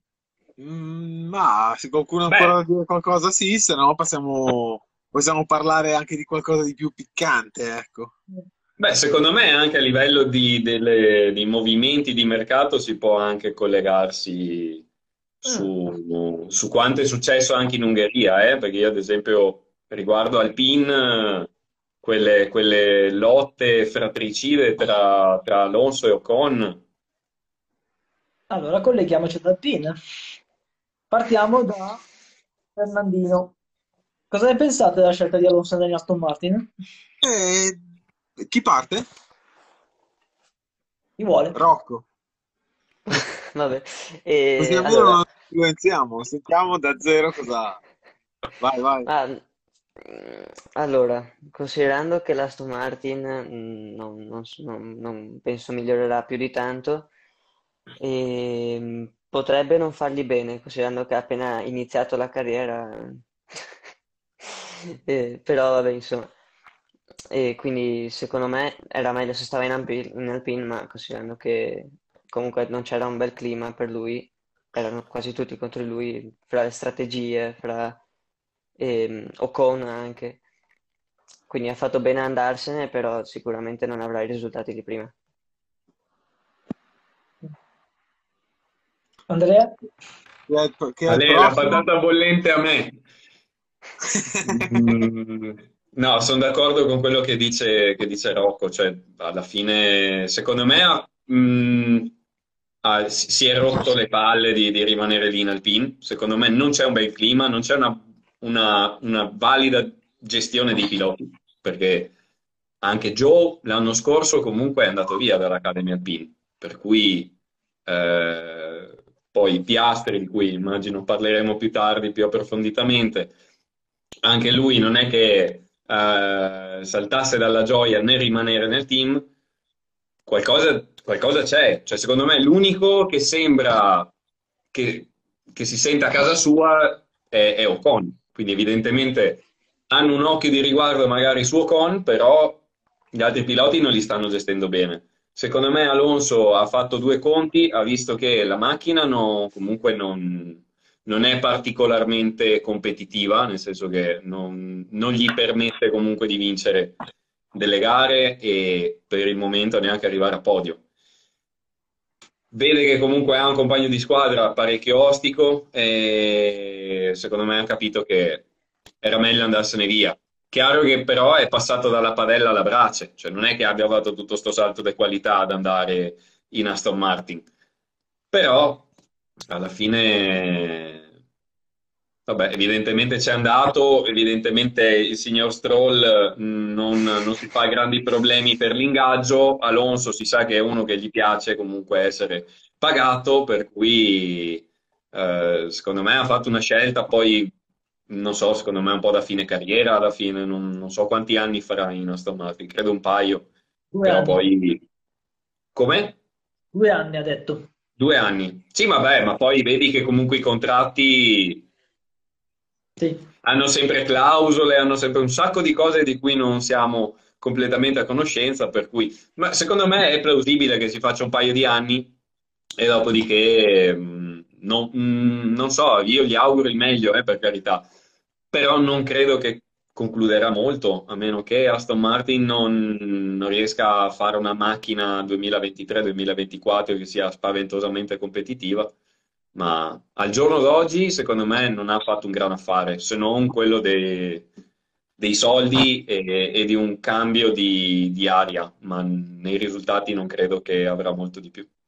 Ma se qualcuno ha Beh, ancora da dire qualcosa, sì, se no possiamo parlare anche di qualcosa di più piccante, ecco. beh, secondo me anche a livello dei movimenti di mercato si può anche collegarsi Mm. su quanto è successo anche in Ungheria, perché io ad esempio riguardo Alpine, quelle lotte fratricide tra Alonso e Ocon. Allora, colleghiamoci dal PIN. Partiamo da Fernandino. Cosa ne pensate della scelta di Alonso negli Aston Martin? E chi parte? Chi vuole? Rocco. Vabbè, Così almeno non allora, influenziamo, sentiamo da zero cosa. Vai, vai. allora, considerando che l'Aston Martin non penso migliorerà più di tanto, potrebbe non fargli bene, considerando che ha appena iniziato la carriera. Però vabbè, insomma. E quindi secondo me era meglio se stava in Alpine, ma considerando che comunque non c'era un bel clima per lui, erano quasi tutti contro di lui, fra le strategie, fra Ocon anche. Quindi ha fatto bene ad andarsene, però sicuramente non avrà i risultati di prima. Andrea? Che è il Ale, la prossimo? patata bollente a me. Mm, no, sono d'accordo con quello che dice Rocco, cioè alla fine secondo me si è rotto le palle di rimanere lì in Alpine, secondo me non c'è un bel clima, non c'è una valida gestione dei piloti, perché anche Joe l'anno scorso comunque è andato via dall'Academy Alpine, per cui poi Piastri, di cui immagino parleremo più tardi più approfonditamente, anche lui non è che saltasse dalla gioia nel rimanere nel team, qualcosa c'è. Cioè, secondo me l'unico che sembra che, che si senta a casa sua è Ocon. Quindi evidentemente hanno un occhio di riguardo magari su Ocon, però gli altri piloti non li stanno gestendo bene. Secondo me Alonso ha fatto due conti, ha visto che la macchina comunque non è particolarmente competitiva, nel senso che non gli permette comunque di vincere delle gare e per il momento neanche arrivare a podio. Vede che comunque ha un compagno di squadra parecchio ostico e secondo me ha capito che era meglio andarsene via. Chiaro che però è passato dalla padella alla brace, cioè non è che abbia fatto tutto sto salto di qualità ad andare in Aston Martin. Però alla fine, vabbè, evidentemente c'è andato, evidentemente il signor Stroll non si fa grandi problemi per l'ingaggio, Alonso si sa che è uno che gli piace comunque essere pagato, per cui secondo me ha fatto una scelta, poi non so, secondo me un po' da fine carriera, alla fine non so quanti anni farà in Aston Martin, credo un paio, Due però anni. poi... Come? 2 anni ha detto. 2 anni. Sì, vabbè, ma poi vedi che comunque i contratti Sì. hanno sempre clausole, hanno sempre un sacco di cose di cui non siamo completamente a conoscenza, per cui, ma secondo me è plausibile che si faccia un paio di anni e dopodiché, non so, io gli auguro il meglio, per carità, però non credo che concluderà molto, a meno che Aston Martin non riesca a fare una macchina 2023-2024 che sia spaventosamente competitiva, ma al giorno d'oggi, secondo me, non ha fatto un gran affare, se non quello dei soldi e di un cambio di aria, ma nei risultati non credo che avrà molto di più.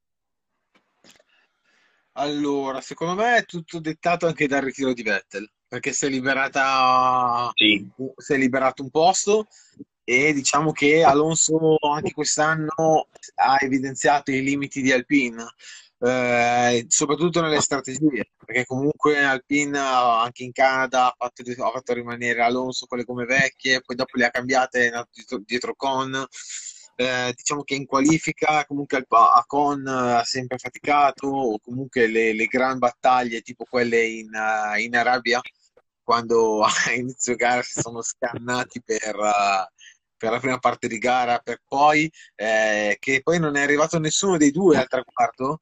Allora, secondo me è tutto dettato anche dal ritiro di Vettel, perché Sì, si è liberato un posto e diciamo che Alonso anche quest'anno ha evidenziato i limiti di Alpine, soprattutto nelle strategie, perché comunque Alpine anche in Canada ha fatto rimanere Alonso con le gomme vecchie, poi dopo le ha cambiate, è andato dietro Con. Diciamo che in qualifica comunque Con ha sempre faticato, o comunque le gran battaglie tipo quelle in Arabia, quando a inizio gara si sono scannati per la prima parte di gara, per poi che poi non è arrivato nessuno dei due al traguardo.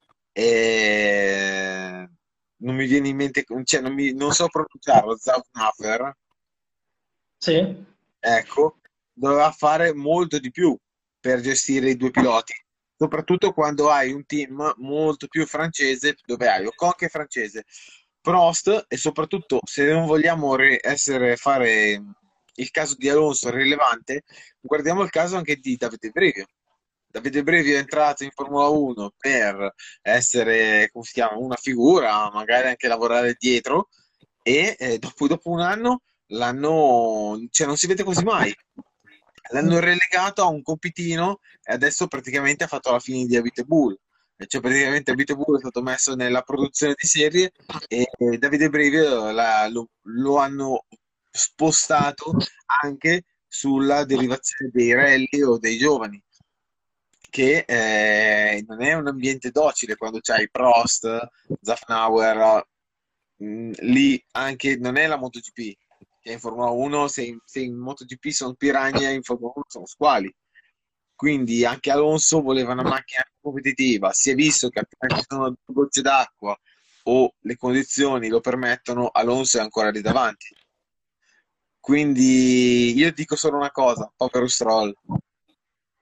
E non mi viene in mente, cioè non so pronunciarlo, Zaunaffer, Sì. ecco, doveva fare molto di più per gestire i due piloti, soprattutto quando hai un team molto più francese, dove hai Ocon che è francese, Prost, e soprattutto se non vogliamo fare il caso di Alonso rilevante, guardiamo il caso anche di Davide Brivio. Davide Brivio è entrato in Formula 1 per essere, come si chiama, una figura, magari anche lavorare dietro, e dopo un anno cioè non si vede quasi mai. L'hanno relegato a un compitino e adesso praticamente ha fatto la fine di Abiteboul. Cioè praticamente Abiteboul è stato messo nella produzione di serie e Davide Brivio lo hanno spostato anche sulla derivazione dei rally o dei giovani, che non è un ambiente docile quando c'hai Prost, Zafnauer, lì anche non è la MotoGP, che in Formula 1, se in MotoGP sono piranha, in Formula 1 sono squali. Quindi anche Alonso voleva una macchina competitiva. Si è visto che appena ci sono due gocce d'acqua o le condizioni lo permettono, Alonso è ancora lì davanti. Quindi io dico solo una cosa, povero Stroll.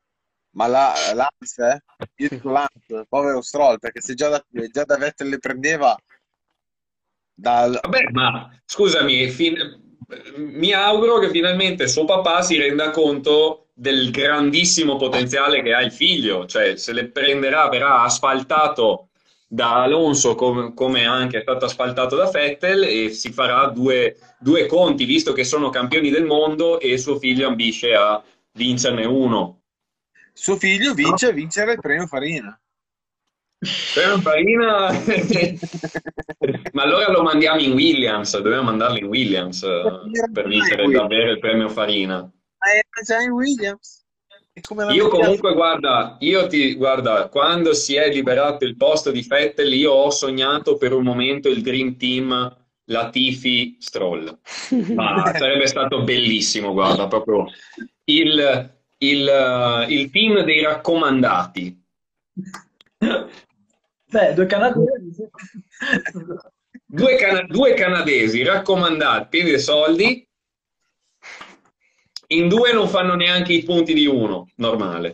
Ma Lance, io dico Lance, povero Stroll, perché se già da Vettel le prendeva dal... Vabbè, ma scusami, mi auguro che finalmente suo papà si renda conto del grandissimo potenziale che ha il figlio, cioè se le prenderà, verrà asfaltato da Alonso come anche è stato asfaltato da Vettel e si farà due conti, visto che sono campioni del mondo e suo figlio ambisce a vincerne uno. Suo figlio vince a vincere il premio Farina. Per Farina, ma allora lo mandiamo in Williams, dobbiamo mandarlo in Williams Era per già in vincere Williams. davvero il premio Farina. Era già in Williams. E come la Io mettiamo? comunque, guarda, guarda, quando si è liberato il posto di Vettel, io ho sognato per un momento il Dream Team Latifi Stroll. Ma sarebbe stato bellissimo, guarda, proprio il team dei raccomandati. Beh, due canadesi. Due canadesi raccomandati, pieni di soldi, in due non fanno neanche i punti di uno, normale.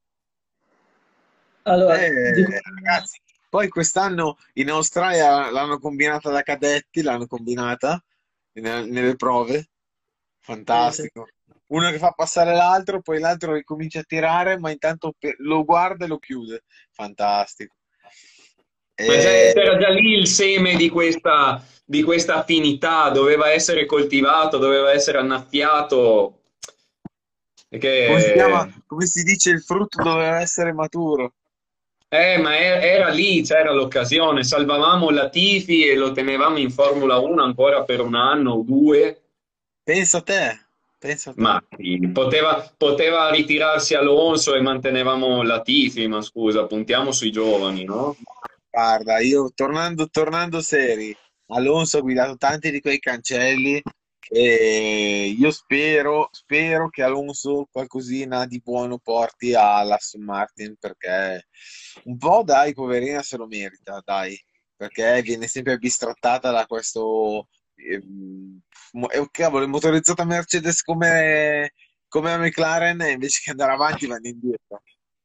Allora, dico, Ragazzi, poi quest'anno in Australia l'hanno combinata da cadetti, l'hanno combinata nelle prove. sì, sì. Fantastico. Uno che fa passare l'altro, poi l'altro ricomincia a tirare, ma intanto lo guarda e lo chiude. Fantastico. Ma E... c'era già lì il seme di questa affinità, doveva essere coltivato, doveva essere annaffiato. Come si chiama? Perché, Come si dice, il frutto doveva essere maturo. ma era lì, c'era l'occasione, salvavamo Latifi e lo tenevamo in Formula 1 ancora per un anno o due. Pensa a te, pensa a te. Ma sì, poteva ritirarsi Alonso e mantenevamo Latifi, ma scusa, puntiamo sui giovani, no? Guarda, io tornando seri, Alonso ha guidato tanti di quei cancelli e io spero che Alonso qualcosina di buono porti all'Aston Martin perché un po' dai, poverina se lo merita, dai, perché viene sempre bistrattata da questo cavolo, è motorizzata Mercedes come la McLaren e invece che andare avanti vanno indietro.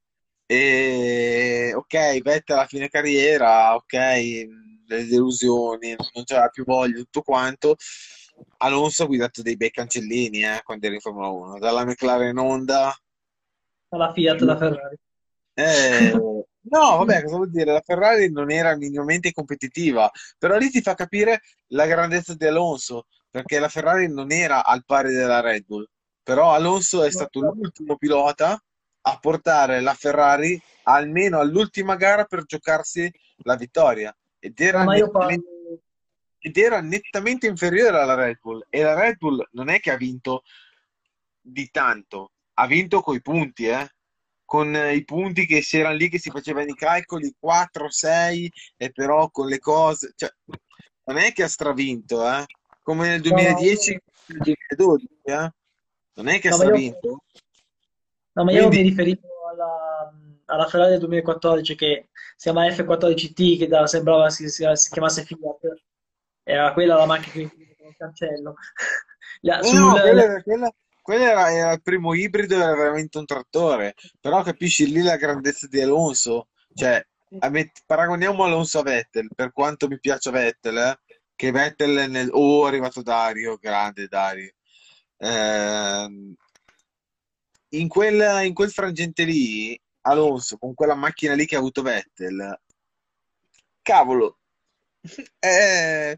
E ok, Vettel alla fine carriera, ok, le delusioni, non c'era più voglia, tutto quanto. Alonso ha guidato dei bei cancellini quando era in Formula 1, dalla McLaren Honda. Alla Fiat, alla Ferrari. No, vabbè, cosa vuol dire? La Ferrari non era minimamente competitiva, però lì ti fa capire la grandezza di Alonso, perché la Ferrari non era al pari della Red Bull, però Alonso è stato l'ultimo pilota a portare la Ferrari almeno all'ultima gara per giocarsi la vittoria No, ma io parlo... ed era nettamente inferiore alla Red Bull e la Red Bull non è che ha vinto di tanto, ha vinto coi punti, con i punti che si erano lì che si facevano i calcoli 4-6 e però con le cose, cioè, non è che ha stravinto, come nel No, no, 2010 e nel 2012, non è che ha no, ma io... stravinto. No, ma io mi Quindi, riferivo alla Ferrari del 2014 che si chiama F14T, che sembrava si chiamasse Fiat. Era quella la macchina con il cancello. no, quella era il primo ibrido, era veramente un trattore, però capisci lì la grandezza di Alonso, cioè paragoniamo Alonso a Vettel, per quanto mi piaccia Vettel, che Vettel è arrivato Dario, grande Dario. Ehm, in quel frangente lì, Alonso, con quella macchina lì che ha avuto Vettel, cavolo, eh,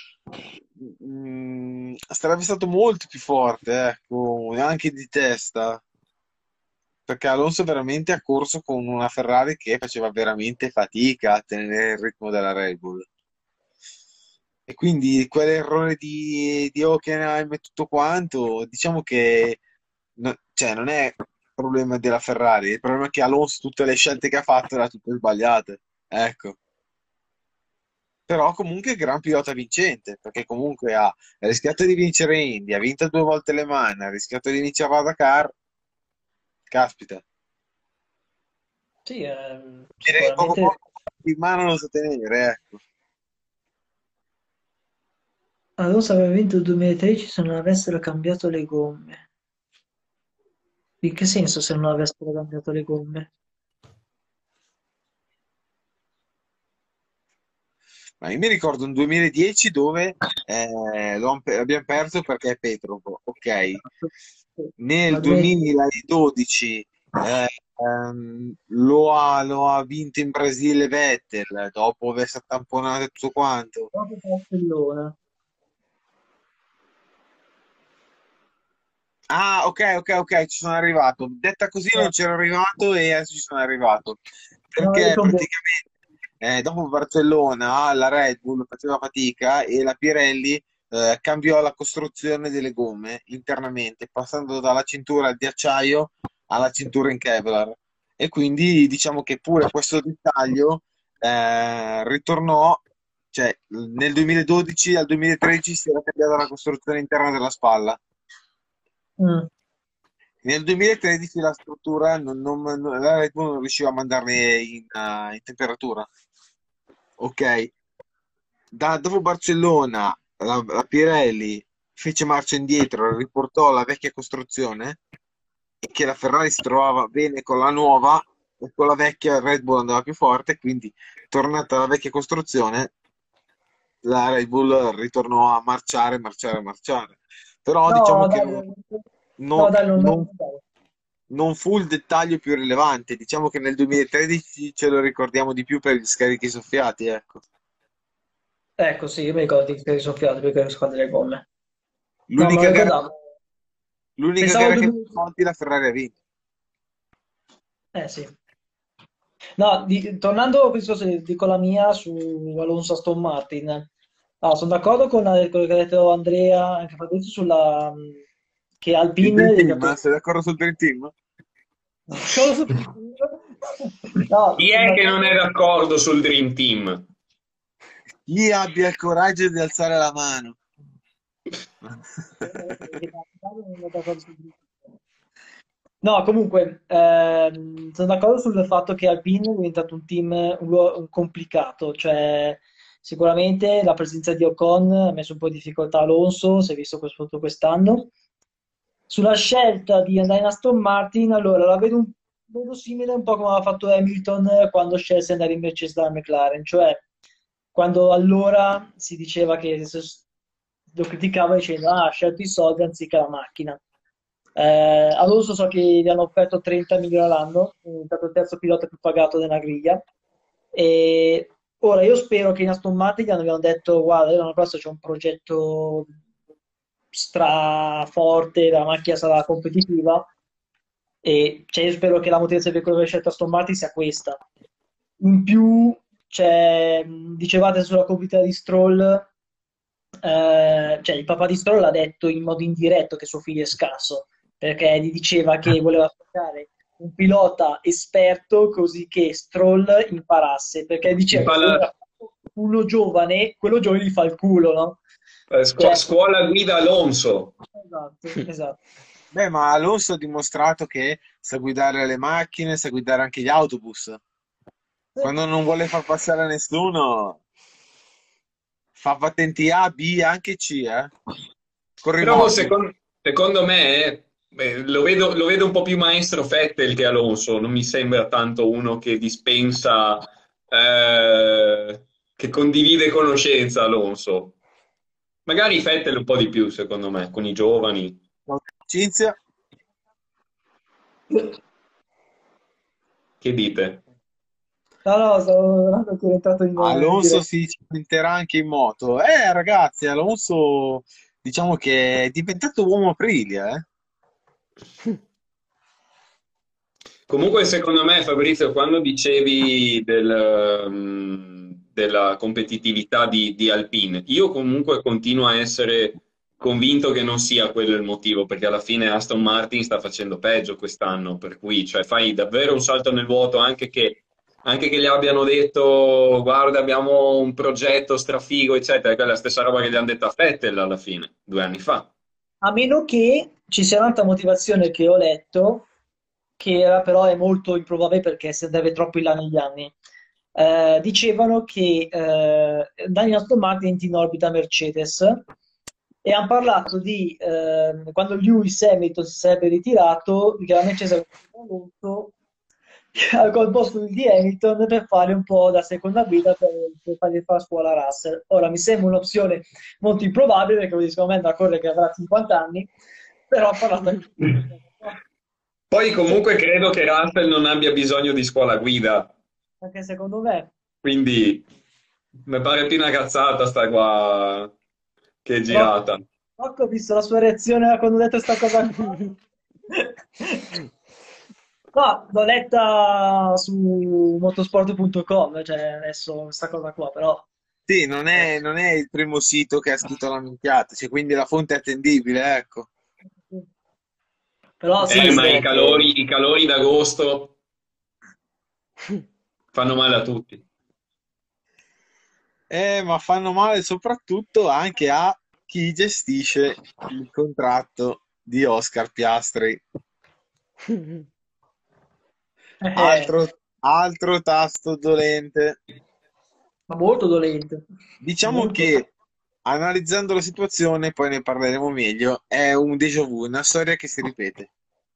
sarebbe stato molto più forte, ecco, anche di testa, perché Alonso veramente ha corso con una Ferrari che faceva veramente fatica a tenere il ritmo della Red Bull. E quindi quell'errore di Hockenheim e tutto quanto, diciamo che cioè, non è problema della Ferrari, il problema è che Alonso tutte le scelte che ha fatto erano tutte sbagliate. Ecco. Però comunque è gran pilota vincente, perché comunque ha rischiato di vincere Indy, ha vinto 2 volte Le Mans, ha rischiato di vincere la Dakar. Caspita, Sì, direi poco sicuramente. poco in mano lo sa tenere, ecco. Alonso aveva vinto il 2013 se non avessero cambiato le gomme. In che senso se non avessero cambiato le gomme? Ma io mi ricordo un 2010 dove abbiamo perso perché è Petrov, ok. Nel Ma smetti. 2012 lo ha vinto in Brasile Vettel dopo aver tamponato tutto quanto. Proprio Barcellona. Ah, ok, ok, ok, ci sono arrivato. Detta così non c'ero arrivato e adesso ci sono arrivato. No, io Perché sono buono. praticamente dopo Barcellona la Red Bull faceva fatica e la Pirelli cambiò la costruzione delle gomme internamente, passando dalla cintura di acciaio alla cintura in Kevlar. E quindi diciamo che pure questo dettaglio ritornò, cioè nel 2012 al 2013 si era cambiata la costruzione interna della spalla. Mm. Nel 2013 la struttura la Red Bull non riusciva a mandarne in temperatura. Ok, dopo Barcellona la Pirelli fece marcia indietro, riportò la vecchia costruzione e che la Ferrari si trovava bene con la nuova e con la vecchia Red Bull andava più forte, quindi tornata la vecchia costruzione, la Red Bull ritornò a marciare, marciare, marciare. Però diciamo No, che dai, non, no, dai, non- dai. non fu il dettaglio più rilevante. Diciamo che nel 2013 ce lo ricordiamo di più per gli scarichi soffiati, ecco. Ecco, sì, io mi ricordo che sono soffiato perché sono squadre le gomme. No, me lo L'unica gara, ricordavo. l'unica Pensavo gara che 2000. sconti la Ferrari ha vinto. Eh sì. No, tornando a questo, se dico la mia su Alonso Aston Martin. Sono d'accordo con quello che ha detto Andrea, anche Fabrizio, che Il Alpine Dream è Team, diventato. sei d'accordo sul Dream Team? Cosa su. No, Chi sono è che non è d'accordo. d'accordo sul Dream Team? Chi abbia il coraggio di alzare la mano. No, comunque, sono d'accordo sul fatto che Alpine è diventato un team un complicato, cioè sicuramente la presenza di Ocon ha messo un po' di difficoltà Alonso, si è visto questo quest'anno. Sulla scelta di andare in Aston Martin, allora la vedo simile un po' come aveva fatto Hamilton quando scelse di andare in Mercedes dalla McLaren, cioè quando allora si diceva che lo criticava dicendo ha scelto i soldi anziché la macchina. Alonso so che gli hanno offerto 30 milioni all'anno, è stato il terzo pilota più pagato nella griglia. E ora io spero che in Aston Martin gli abbiano detto: Guarda, io l'anno prossimo c'è un progetto straforte, la macchina sarà competitiva. E cioè, io spero che la motivazione per cui avete scelto Aston Martin sia questa. In più, dicevate sulla competitività di Stroll, cioè il papà di Stroll ha detto in modo indiretto che suo figlio è scarso, perché gli diceva che voleva cercare un pilota esperto così che Stroll imparasse, perché diceva che se uno Impara- era uno giovane, quello giovane gli fa il culo, no? Cioè, Scuola guida Alonso. esatto, esatto. Beh, ma Alonso ha dimostrato che sa guidare le macchine, sa guidare anche gli autobus. Quando non vuole far passare nessuno, fa patenti A, B, anche C, con Però rimorchio. secondo me lo vedo un po' più maestro Vettel che Alonso, non mi sembra tanto uno che dispensa, che condivide conoscenza Alonso. Magari Vettel un po' di più, secondo me, con i giovani. Cinzia, Che dite? No, no, stavo guardando che è entrato in Alonso diretta. si cimenterà anche in moto. Ragazzi, Alonso diciamo che è diventato uomo Aprilia, eh. Comunque, secondo me, Fabrizio, quando dicevi della competitività di Alpine, io comunque continuo a essere convinto che non sia quello il motivo, perché alla fine Aston Martin sta facendo peggio quest'anno, per cui cioè, fai davvero un salto nel vuoto, anche che gli abbiano detto guarda, abbiamo un progetto strafigo, eccetera, che è la stessa roba che gli hanno detto a Vettel alla fine, 2 anni fa. A meno che ci sia un'altra motivazione che ho letto, però è molto improbabile perché si deve troppo in là negli anni. Dicevano che Daniel Aston Martin è in orbita Mercedes e hanno parlato di quando Lewis Hamilton si sarebbe ritirato, chiaramente c'è stato al posto di Hamilton per fare un po' da seconda guida per fargli fare scuola Russell. Ora mi sembra un'opzione molto improbabile perché secondo me è una correre che avrà 50 anni, però ha parlato anche Poi comunque credo che Russell non abbia bisogno di scuola guida, anche secondo me. quindi mi pare più una cazzata sta qua che è Però girata. ho visto la sua reazione quando ho detto questa cosa qua. No, l'ho letta su motorsport.com, cioè adesso questa cosa qua, però Sì, non è il primo sito che ha scritto la minchiata, cioè, quindi la fonte è attendibile, ecco. però sì, Sì, Ma sì, sì. anche... i calori d'agosto fanno male a tutti. Ma fanno male soprattutto anche a chi gestisce il contratto di Oscar Piastri. Eh, Altro tasto dolente. ma molto dolente, Diciamo molto. che analizzando la situazione, poi ne parleremo meglio, è un déjà vu, una storia che si ripete.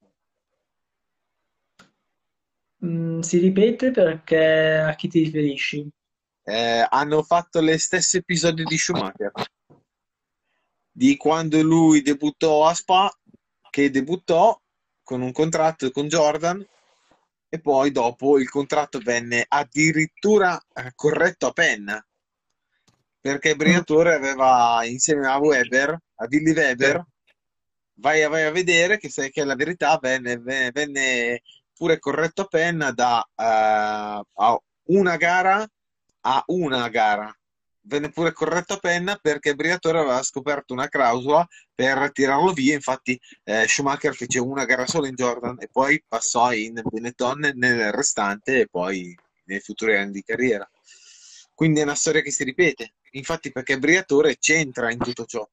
Si ripete perché a chi ti riferisci? Hanno fatto le stesse episodi di Schumacher, di quando lui debuttò a Spa, che debuttò con un contratto con Jordan e poi dopo il contratto venne addirittura corretto a penna, perché Mm, Briatore aveva insieme a Weber, a Willy Sì. Weber, vai a vedere che sai che la verità venne pure corretto a penna a una gara una gara. Venne pure corretto a penna perché Briatore aveva scoperto una clausola per tirarlo via. Infatti, Schumacher fece una gara sola in Jordan e poi passò in Benetton nel restante e poi nei futuri anni di carriera. Quindi è una storia che si ripete. Infatti, perché Briatore c'entra in tutto ciò.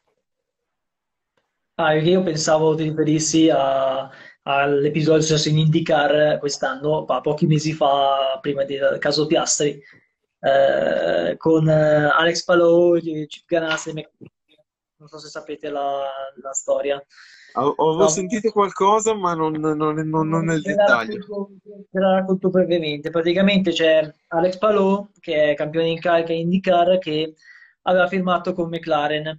perché io pensavo ti riferissi all'episodio successo in IndyCar quest'anno, pochi mesi fa, prima del caso Piastri, con Alex Palou, Chip Ganassi, non so se sapete la storia. Avevo No, sentito qualcosa, ma non nel dettaglio. te la racconto brevemente. Praticamente c'è Alex Palou, che è campione in carica IndyCar, che aveva firmato con McLaren.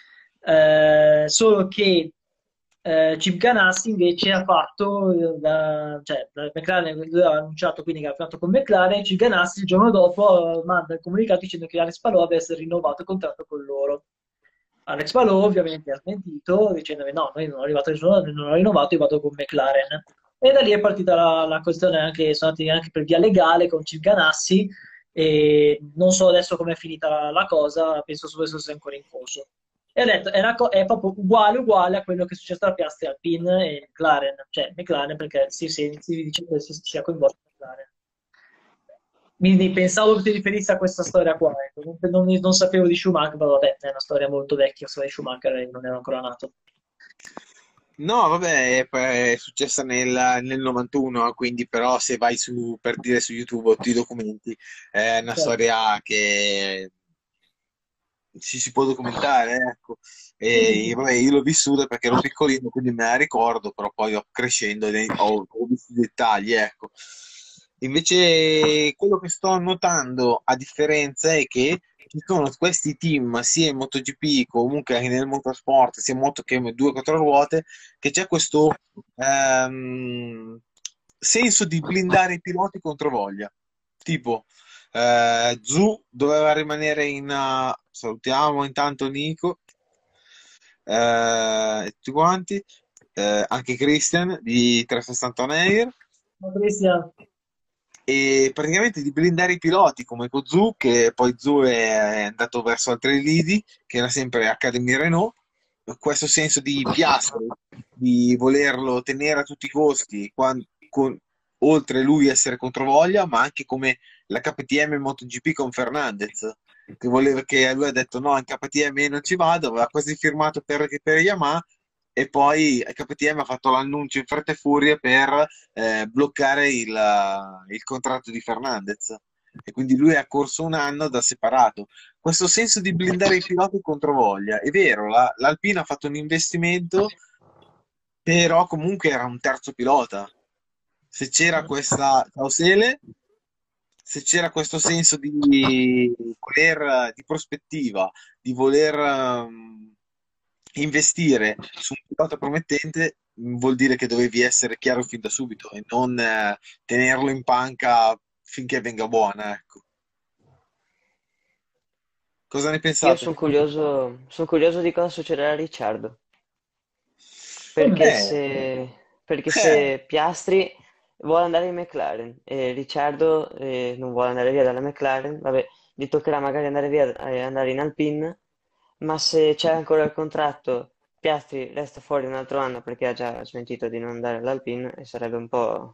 Solo che Chip Ganassi invece ha fatto, cioè McLaren lui ha annunciato quindi che ha firmato con McLaren, Chip Ganassi il giorno dopo manda il comunicato dicendo che Alex Palou avesse rinnovato il contratto con loro. Alex Palou ovviamente ha smentito dicendo che no, io non ho arrivato nessuno, non ho rinnovato, io vado con McLaren. E da lì è partita la questione, anche, sono andati anche per via legale con Chip Ganassi e non so adesso com'è finita la cosa, penso su questo sia ancora in corso. E ha detto, è proprio uguale a quello che è successo tra Piastri Alpine e McLaren, cioè McLaren perché si dice che si sia coinvolto McLaren. Quindi pensavo che ti riferissi a questa storia qua, ecco. Non sapevo di Schumacher, però vabbè, è una storia molto vecchia, la storia di Schumacher e non ero ancora nato. No, vabbè, è successa nel 91, quindi però se vai per dire su YouTube o ti documenti, è una Cioè, storia che si può documentare, ecco. sì, sì, sì. Vabbè, io l'ho vissuta perché ero piccolino, quindi me la ricordo, però poi crescendo ho visto i dettagli, ecco. Invece quello che sto notando a differenza è che ci sono questi team, sia in MotoGP, comunque anche nel motorsport, sia in moto che in due o quattro ruote, che c'è questo senso di blindare i piloti contro voglia. Tipo, Zhou doveva rimanere salutiamo intanto Nico e tutti quanti, anche Christian di 360 On Air, Ma Cristian, e praticamente di blindare i piloti come con Zhou, che poi Zhou è andato verso altri lidi, che era sempre Academy Renault. Questo senso di Piastri, di volerlo tenere a tutti i costi, oltre lui essere controvoglia, ma anche come la KTM in MotoGP con Fernandez, che lui ha detto no, in KTM non ci vado, aveva quasi firmato per Yamaha, e poi KTM ha fatto l'annuncio in fretta e furia per bloccare il contratto di Fernandez. e quindi lui ha corso un anno da separato. Questo senso di blindare i piloti contro voglia, è vero, l'Alpine ha fatto un investimento, però comunque era un terzo pilota. Se c'era questa, ciao Sele, se c'era questo senso di voler, di prospettiva, di voler investire su un pilota promettente, vuol dire che dovevi essere chiaro fin da subito e non tenerlo in panca finché venga buona, ecco. Cosa ne Io pensate? son curioso di cosa succederà a Ricciardo. Perché Mm. Eh, se, perché eh, se Piastri vuole andare in McLaren e Ricciardo non vuole andare via dalla McLaren, vabbè, gli toccherà magari andare via e andare in Alpine, ma se c'è ancora il contratto, Piastri resta fuori un altro anno perché ha già smentito di non andare all'Alpine e sarebbe un po'...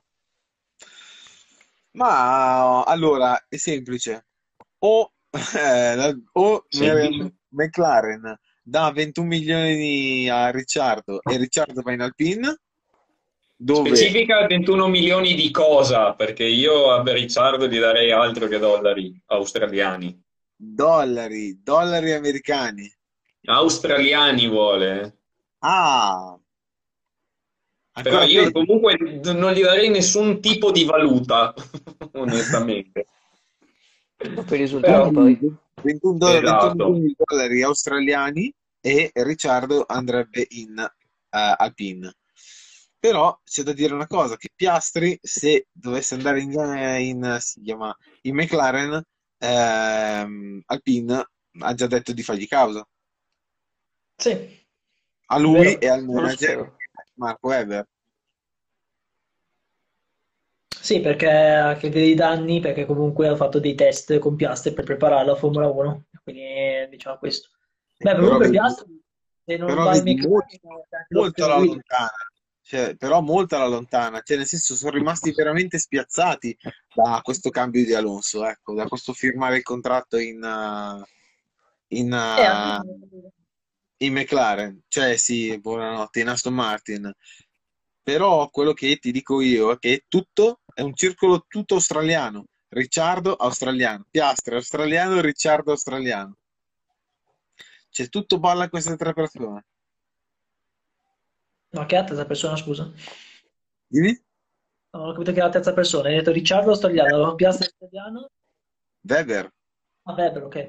ma allora è semplice. O, Semplice. McLaren dà 21 milioni a Ricciardo e Ricciardo va in Alpine, dove Specifica 21 milioni di cosa? Perché io a Ricciardo gli darei altro che dollari australiani. dollari americani. Australiani vuole. Ah, Però ancora io peggio. comunque non gli darei nessun tipo di valuta, onestamente. Dopo i risultati Però, poi. 21 esatto. milioni di dollari australiani e Ricciardo andrebbe in Alpine. Però c'è da dire una cosa, che Piastri, se dovesse andare si chiama, in McLaren, Alpine ha già detto di fargli causa. Sì, A lui e vero. al Non lo manager sapevo. Marco Webber. Sì, perché ha anche dei danni, perché comunque ha fatto dei test con Piastri per preparare la Formula 1, quindi diciamo questo. Beh, Però comunque vedi, Piastri, se non però va in vedi McLaren, c'è anche molto l'opzione alla Williams. lontana, cioè, però molto alla lontana, cioè nel senso sono rimasti veramente spiazzati da questo cambio di Alonso, ecco, da questo firmare il contratto in, Anche io uh, non lo sapevo. in McLaren, cioè sì, buonanotte, in Aston Martin. Però quello che ti dico io è che tutto è un circolo tutto australiano. Ricciardo australiano, Piastri australiano, Ricciardo australiano. C'è tutto balla a queste tre persone. No, che è la terza persona, scusa? Dimmi? Non ho capito che è la terza persona. Hai detto Ricciardo australiano, Piastri australiano? Weber. Ah, Weber, ok.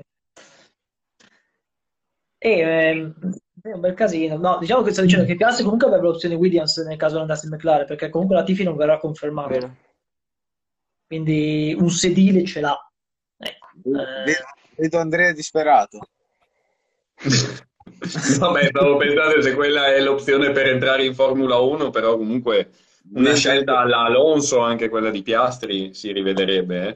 E, è un bel casino. No, diciamo che sto dicendo che Piastri comunque avrebbe l'opzione Williams nel caso non andasse in McLaren, perché comunque la Tifi non verrà confermato. Vero. Quindi un sedile ce l'ha. Ecco. Vedo Andrea disperato. Vabbè, stavo pensando se quella è l'opzione per entrare in Formula 1, però comunque una Diventa- scelta alla Alonso, anche quella di Piastri, si rivederebbe.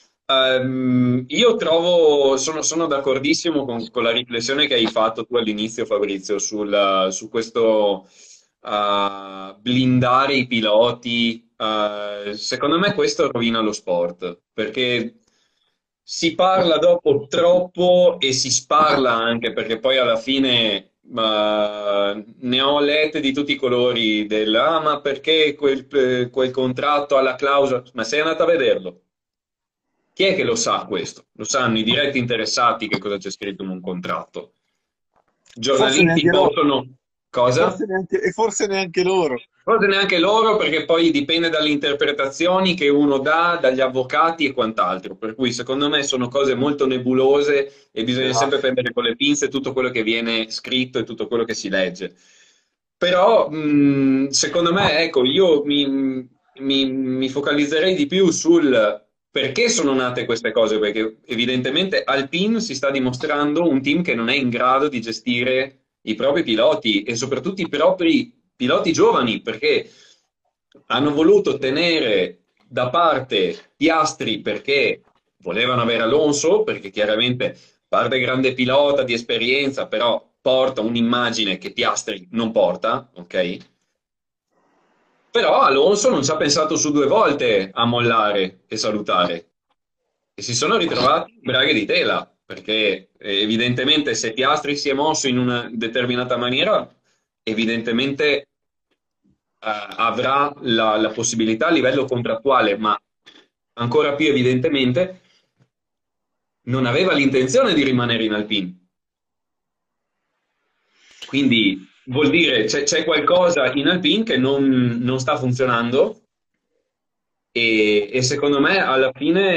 Io trovo, sono d'accordissimo con la riflessione che hai fatto tu all'inizio, Fabrizio, su questo blindare i piloti. Secondo me questo rovina lo sport, perché si parla dopo troppo e si sparla anche, perché poi alla fine ne ho lette di tutti i colori ma perché quel contratto ha la clausola? Ma sei andato a vederlo? Chi è che lo sa questo? Lo sanno i diretti interessati che cosa c'è scritto in un contratto. Forse Giornalisti neanche loro. possono... Cosa? E forse neanche loro. Forse neanche loro, perché poi dipende dalle interpretazioni che uno dà, dagli avvocati e quant'altro. Per cui secondo me sono cose molto nebulose e bisogna sempre Esatto. prendere con le pinze tutto quello che viene scritto e tutto quello che si legge. Però, secondo me, ecco, io mi focalizzerei di più sul perché sono nate queste cose, perché evidentemente Alpine si sta dimostrando un team che non è in grado di gestire i propri piloti e soprattutto i propri piloti giovani, perché hanno voluto tenere da parte Piastri perché volevano avere Alonso, perché chiaramente parte grande pilota di esperienza, però porta un'immagine che Piastri non porta, ok? Però Alonso non ci ha pensato su due volte a mollare e salutare. E si sono ritrovati in braghe di tela, perché evidentemente se Piastri si è mosso in una determinata maniera, evidentemente avrà la possibilità a livello contrattuale, ma ancora più evidentemente non aveva l'intenzione di rimanere in Alpine. Quindi vuol dire c'è qualcosa in Alpine che non sta funzionando e secondo me alla fine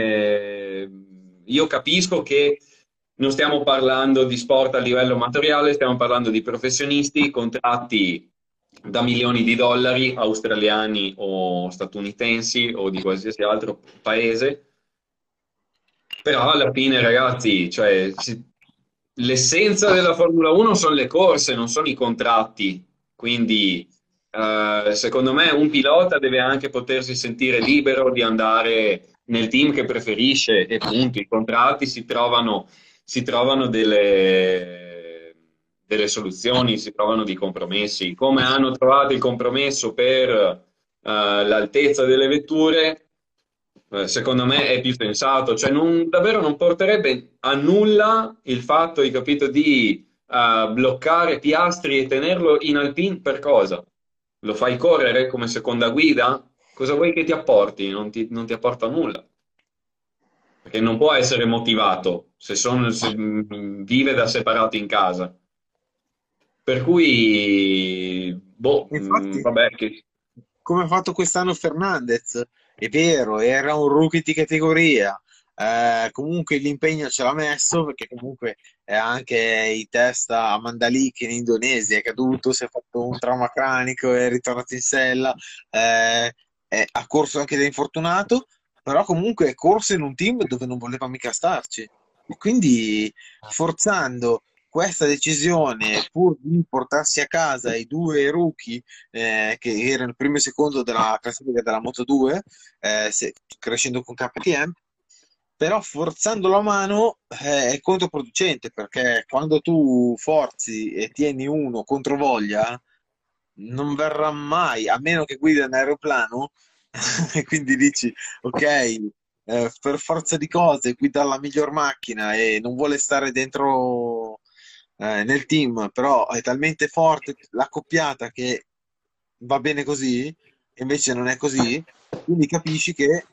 io capisco che non stiamo parlando di sport a livello amatoriale, stiamo parlando di professionisti, contratti da milioni di dollari australiani o statunitensi o di qualsiasi altro paese. Però alla fine, ragazzi, cioè, l'essenza della Formula 1 sono le corse, non sono i contratti. Quindi, secondo me, un pilota deve anche potersi sentire libero di andare nel team che preferisce e punto. I contratti si trovano delle soluzioni, si trovano dei compromessi. Come hanno trovato il compromesso per l'altezza delle vetture, secondo me è più sensato, cioè davvero non porterebbe a nulla il fatto, hai capito, di bloccare Piastri e tenerlo in Alpine per cosa? Lo fai correre come seconda guida? Cosa vuoi che ti apporti? Non ti apporta nulla. Perché non può essere motivato se vive da separato in casa. Per cui, boh, Infatti, vabbè, come ha fatto quest'anno Fernandez, è vero, era un rookie di categoria, comunque l'impegno ce l'ha messo perché comunque è anche in testa a Mandalika in Indonesia, è caduto, si è fatto un trauma cranico, è ritornato in sella, ha corso anche da infortunato, però comunque è corso in un team dove non voleva mica starci. E quindi forzando questa decisione pur di portarsi a casa i due rookie che erano il primo e secondo della classifica della Moto 2, crescendo con KTM, però forzando la mano è controproducente perché quando tu forzi e tieni uno contro voglia, non verrà mai, a meno che guidi un aeroplano, e quindi dici, ok, per forza di cose guida la miglior macchina e non vuole stare dentro nel team, però è talmente forte l'accoppiata che va bene così, e invece non è così, quindi capisci che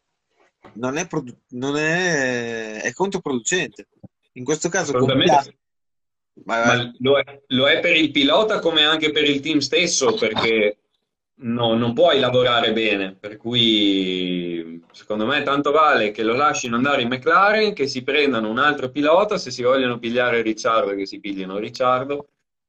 è controproducente. In questo caso con Piastri, assolutamente. vai, vai. Ma lo è per il pilota come anche per il team stesso, perché no, non puoi lavorare bene. Per cui, secondo me, tanto vale che lo lasciano andare in McLaren, che si prendano un altro pilota, se si vogliono pigliare Ricciardo, che si pigliano Ricciardo.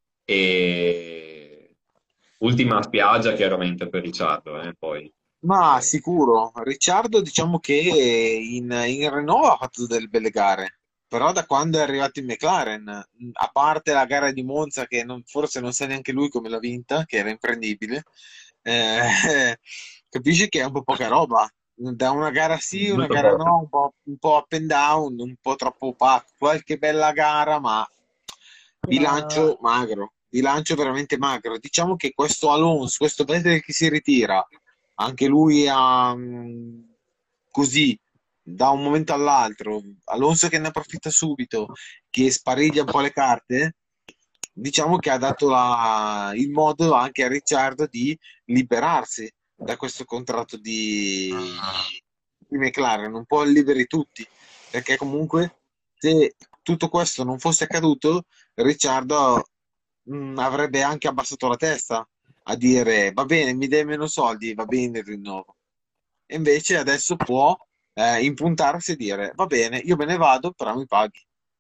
E ultima spiaggia, chiaramente, per Ricciardo, poi. Ma Eh, sicuro, Ricciardo diciamo che in Renault ha fatto delle belle gare, però da quando è arrivato in McLaren, a parte la gara di Monza che forse non sa neanche lui come l'ha vinta, che era imprendibile, eh, capisci che è un po' poca roba. Da una gara sì, una molto gara forte. no, un po' up and down, un po' troppo opaco, qualche bella gara, ma Ma bilancio veramente magro. Diciamo che questo Alonso, questo Vettel che si ritira, anche lui così, da un momento all'altro, Alonso che ne approfitta subito, che spariglia un po' le carte, diciamo che ha dato il modo anche a Ricciardo di liberarsi da questo contratto di McLaren, un po' liberi tutti, perché comunque se tutto questo non fosse accaduto, Ricciardo avrebbe anche abbassato la testa a dire va bene, mi dai meno soldi, va bene il rinnovo. E invece adesso può impuntarsi e dire va bene, io me ne vado, però mi paghi.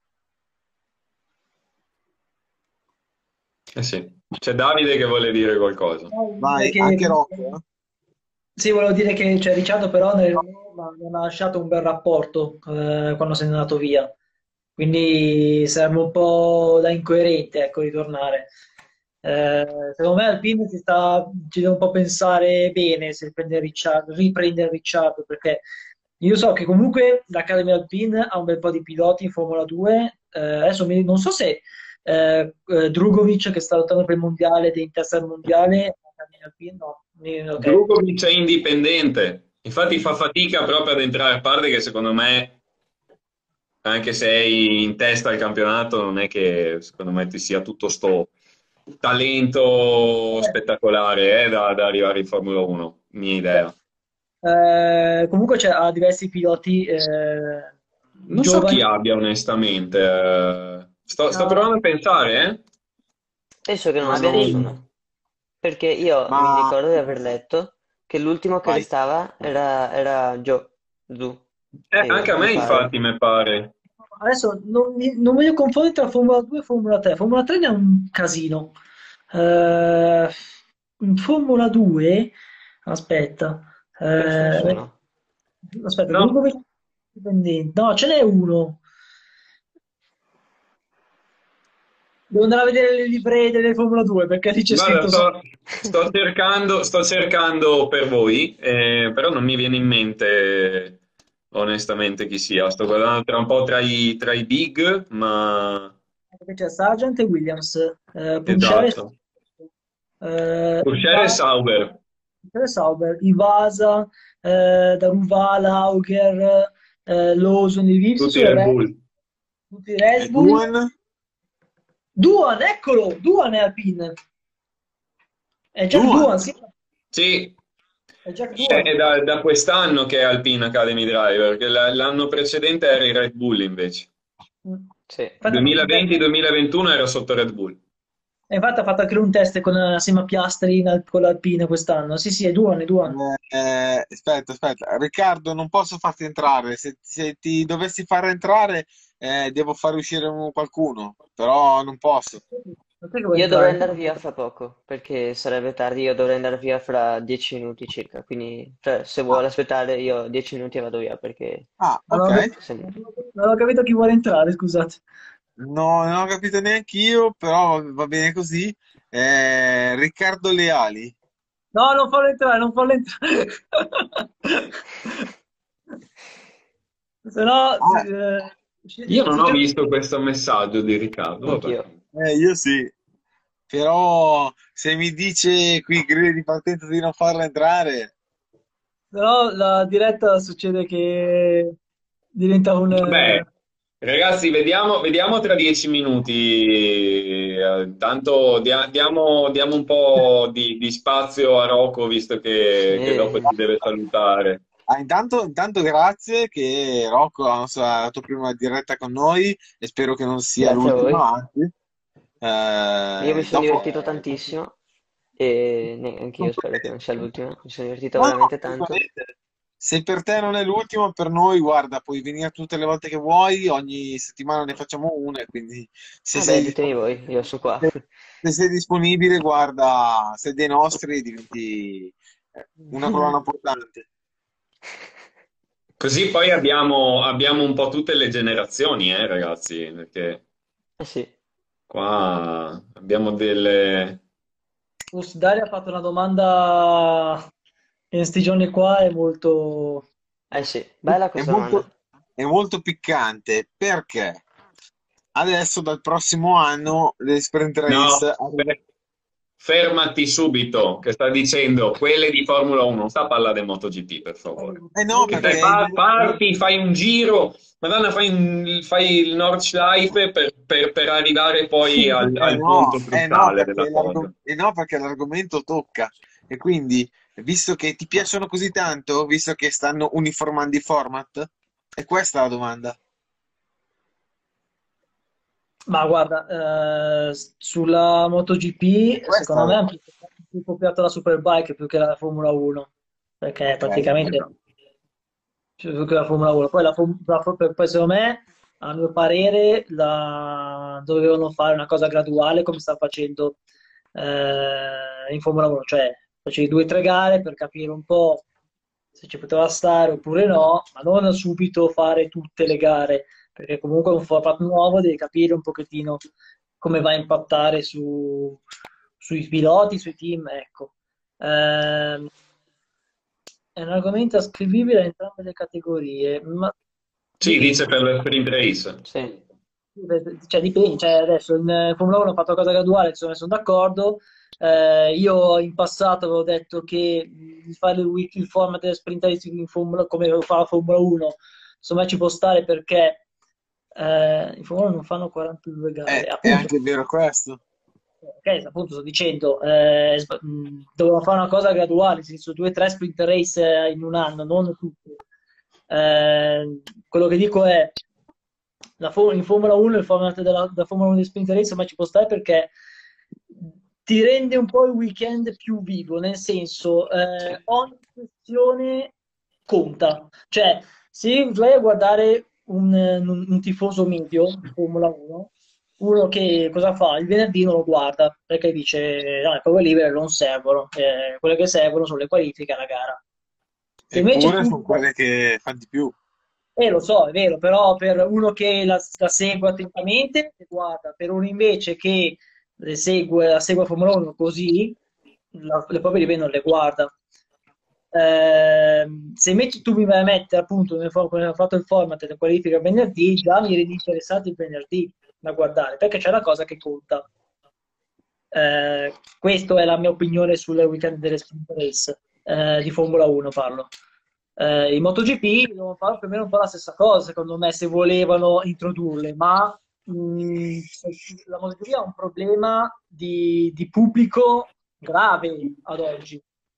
Eh sì. C'è Davide che vuole dire qualcosa. dire Vai, che anche Rocco? sì, volevo dire che cioè, Ricciardo però non ha lasciato un bel rapporto quando se n'è andato via, quindi sarebbe un po' da incoerente, ecco, ritornare. Secondo me Alpine ci deve un po' pensare bene se riprendere Ricciardo, perché io so che comunque l'Accademia Alpine ha un bel po' di piloti in Formula 2, adesso non so se Drugovic che sta lottando per il mondiale, ed è in testa al mondiale, l'Accademia Alpine, no, ok. Drugovic è indipendente, infatti fa fatica proprio ad entrare, a parte che secondo me, anche se sei in testa al campionato, non è che secondo me ti sia tutto sto talento spettacolare da arrivare in Formula 1, mia idea. Comunque ha diversi piloti Non so chi giovani. abbia onestamente. Sto No, provando a pensare, eh. Penso che non Ma abbia non... nessuno. Perché io Ma... mi ricordo di aver letto che l'ultimo che Vai. restava era Zu, Anche a mi me pare. infatti mi pare. adesso non voglio confondere tra Formula 2 e Formula 3. Formula 3 ne è un casino. Eh, in Formula 2, aspetta, Ce n'è nessuno. aspetta, No, gruppo indipendente. No, ce n'è uno. Devo andare a vedere le livree delle Formula 2 perché lì c'è guarda, scritto solo. sto cercando per voi, però non mi viene in mente onestamente chi sia. Sto guardando tra un po' tra i big, ma Perché c'è Sargent e Williams, Pourchaire, esatto. Usciere Ivasa, Sauber, Sauber, Ivasa, Daruvala, Auger, Lawson di Vips tutti su Red Red, Bull. tutti Red E Bull. Duan? Duan, eccolo, Duan è Alpine. È Jack Duan? Duan, sì, Sì, è Jack Duan. è da quest'anno che è Alpine Academy Driver, che l'anno precedente era il Red Bull invece. Mm. Sì. Infatti ha fatto un test, 2020-2021 era sotto Red Bull. infatti ha fatto anche lui un test con assieme a Piastri con l'Alpine quest'anno. Sì, sì, è Duan, è Duan. Aspetta. Riccardo, non posso farti entrare. Se ti dovessi far entrare, devo far uscire qualcuno, però non posso. Perché vuoi Io dovrei entrare? andare via fra poco, perché sarebbe tardi, io dovrei andare via fra 10 minuti circa, quindi cioè, se Ah, vuole aspettare io 10 minuti vado via, perché ok. se- Non ho capito chi vuole entrare, scusate. No, non ho capito neanche io, però va bene così. Riccardo Leali. No, non farlo entrare, non farlo entrare. Se no, Ah, Io non si ho gioca. visto questo messaggio di Riccardo, vabbè. anch'io. io sì. Però se mi dice qui grida di partenza di non farlo entrare, Se no, la diretta succede che diventa un... Vabbè, ragazzi, vediamo tra 10 minuti. Tanto diamo un po' di spazio a Rocco, visto che dopo Sì. ci deve salutare. intanto grazie che Rocco ha la tua prima diretta con noi e spero che non sia Grazie a voi. l'ultima, anzi. Io mi sono Dopo... divertito tantissimo e anch'io spero che non sia l'ultima. Mi sono divertito No, no, veramente tanto. assolutamente. Se per te non è l'ultima, per noi, guarda, puoi venire tutte le volte che vuoi, ogni settimana ne facciamo una, e quindi se Vabbè, sei, ditemi voi, io sono qua. se sei disponibile, guarda, sei dei nostri, diventi una colonna portante. Così poi abbiamo un po' tutte le generazioni, ragazzi, perché Eh sì, qua abbiamo delle... Daria ha fatto una domanda che in sti giorni qua è molto... eh sì, bella È questa domanda. è molto piccante perché adesso dal prossimo anno le sprint race No, fermati subito, che sta dicendo quelle di Formula 1, non sta a parlare del MotoGP, per favore. eh no, Che te perché parti, fai un giro, Madonna, fai il Nordschleife per arrivare poi al punto cruciale della cosa. no, perché l'argomento tocca e quindi visto che ti piacciono così tanto, visto che stanno uniformando i format, è questa la domanda. Ma guarda, sulla È MotoGP questa secondo la me è domanda. più copiata la Superbike più che la Formula 1, perché Ok. praticamente più che la Formula 1. Poi, poi secondo me, a mio parere, dovevano fare una cosa graduale come sta facendo in Formula 1, cioè facevi 2 o 3 gare per capire un po' se ci poteva stare oppure no, ma non subito fare tutte le gare perché comunque è un format nuovo, devi capire un pochettino come va a impattare sui piloti, sui team, ecco. È un argomento ascrivibile a entrambe le categorie, ma Sì, dice dipende. per le sprint race. Sì. Cioè, dipende, cioè, adesso in Formula 1 ho fatto una cosa graduale, insomma, sono d'accordo. Io in passato avevo detto che fare il format delle sprint racing in Formula, come lo fa la Formula 1, insomma ci può stare perché in Formula 1 non fanno 42 gare, È appunto. anche vero questo. Ok, appunto sto dicendo, dovevano fare una cosa graduale, nel senso 2 o 3 sprint race in un anno, non tutte. Quello che dico è, in Formula 1 il format della Formula 1 di sprint race ma ci può stare perché ti rende un po' il weekend più vivo, nel senso ogni questione conta. Cioè, se vai a guardare un tifoso medio di Formula 1, uno che cosa fa? Il venerdì non lo guarda perché dice no, le prove libere non servono, quelle che servono sono le qualifiche alla gara. Se invece Eppure sono tu quelle che fanno di più. lo so, è vero, però per uno che la segue attentamente, le guarda, per uno invece che la segue a Formula 1 così, le prove libere non le guarda. Se invece tu mi vai a mettere appunto come ho fatto il format delle qualifiche il venerdì, già mi rende interessato il venerdì da guardare, perché c'è una cosa che conta. Questa è la mia opinione sul weekend delle sprint race, di Formula 1 parlo. In MotoGP devono fare più o meno un po' la stessa cosa, secondo me, se volevano introdurle, ma la MotoGP ha un problema di pubblico grave ad oggi.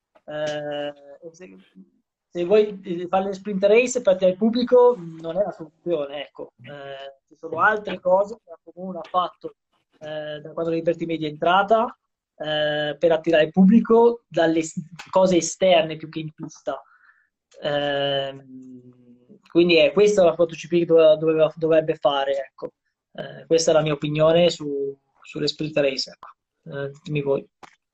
Se vuoi fare le sprint race per te il pubblico non è la soluzione, ecco. Ci sono altre cose che la Formula 1 ha fatto da quando la Liberty Media è entrata per attirare il pubblico dalle cose esterne più che in pista. Quindi è questa la MotoGP che dovrebbe fare, ecco. Questa è la mia opinione sulle sprint race, ecco. Dimmi voi.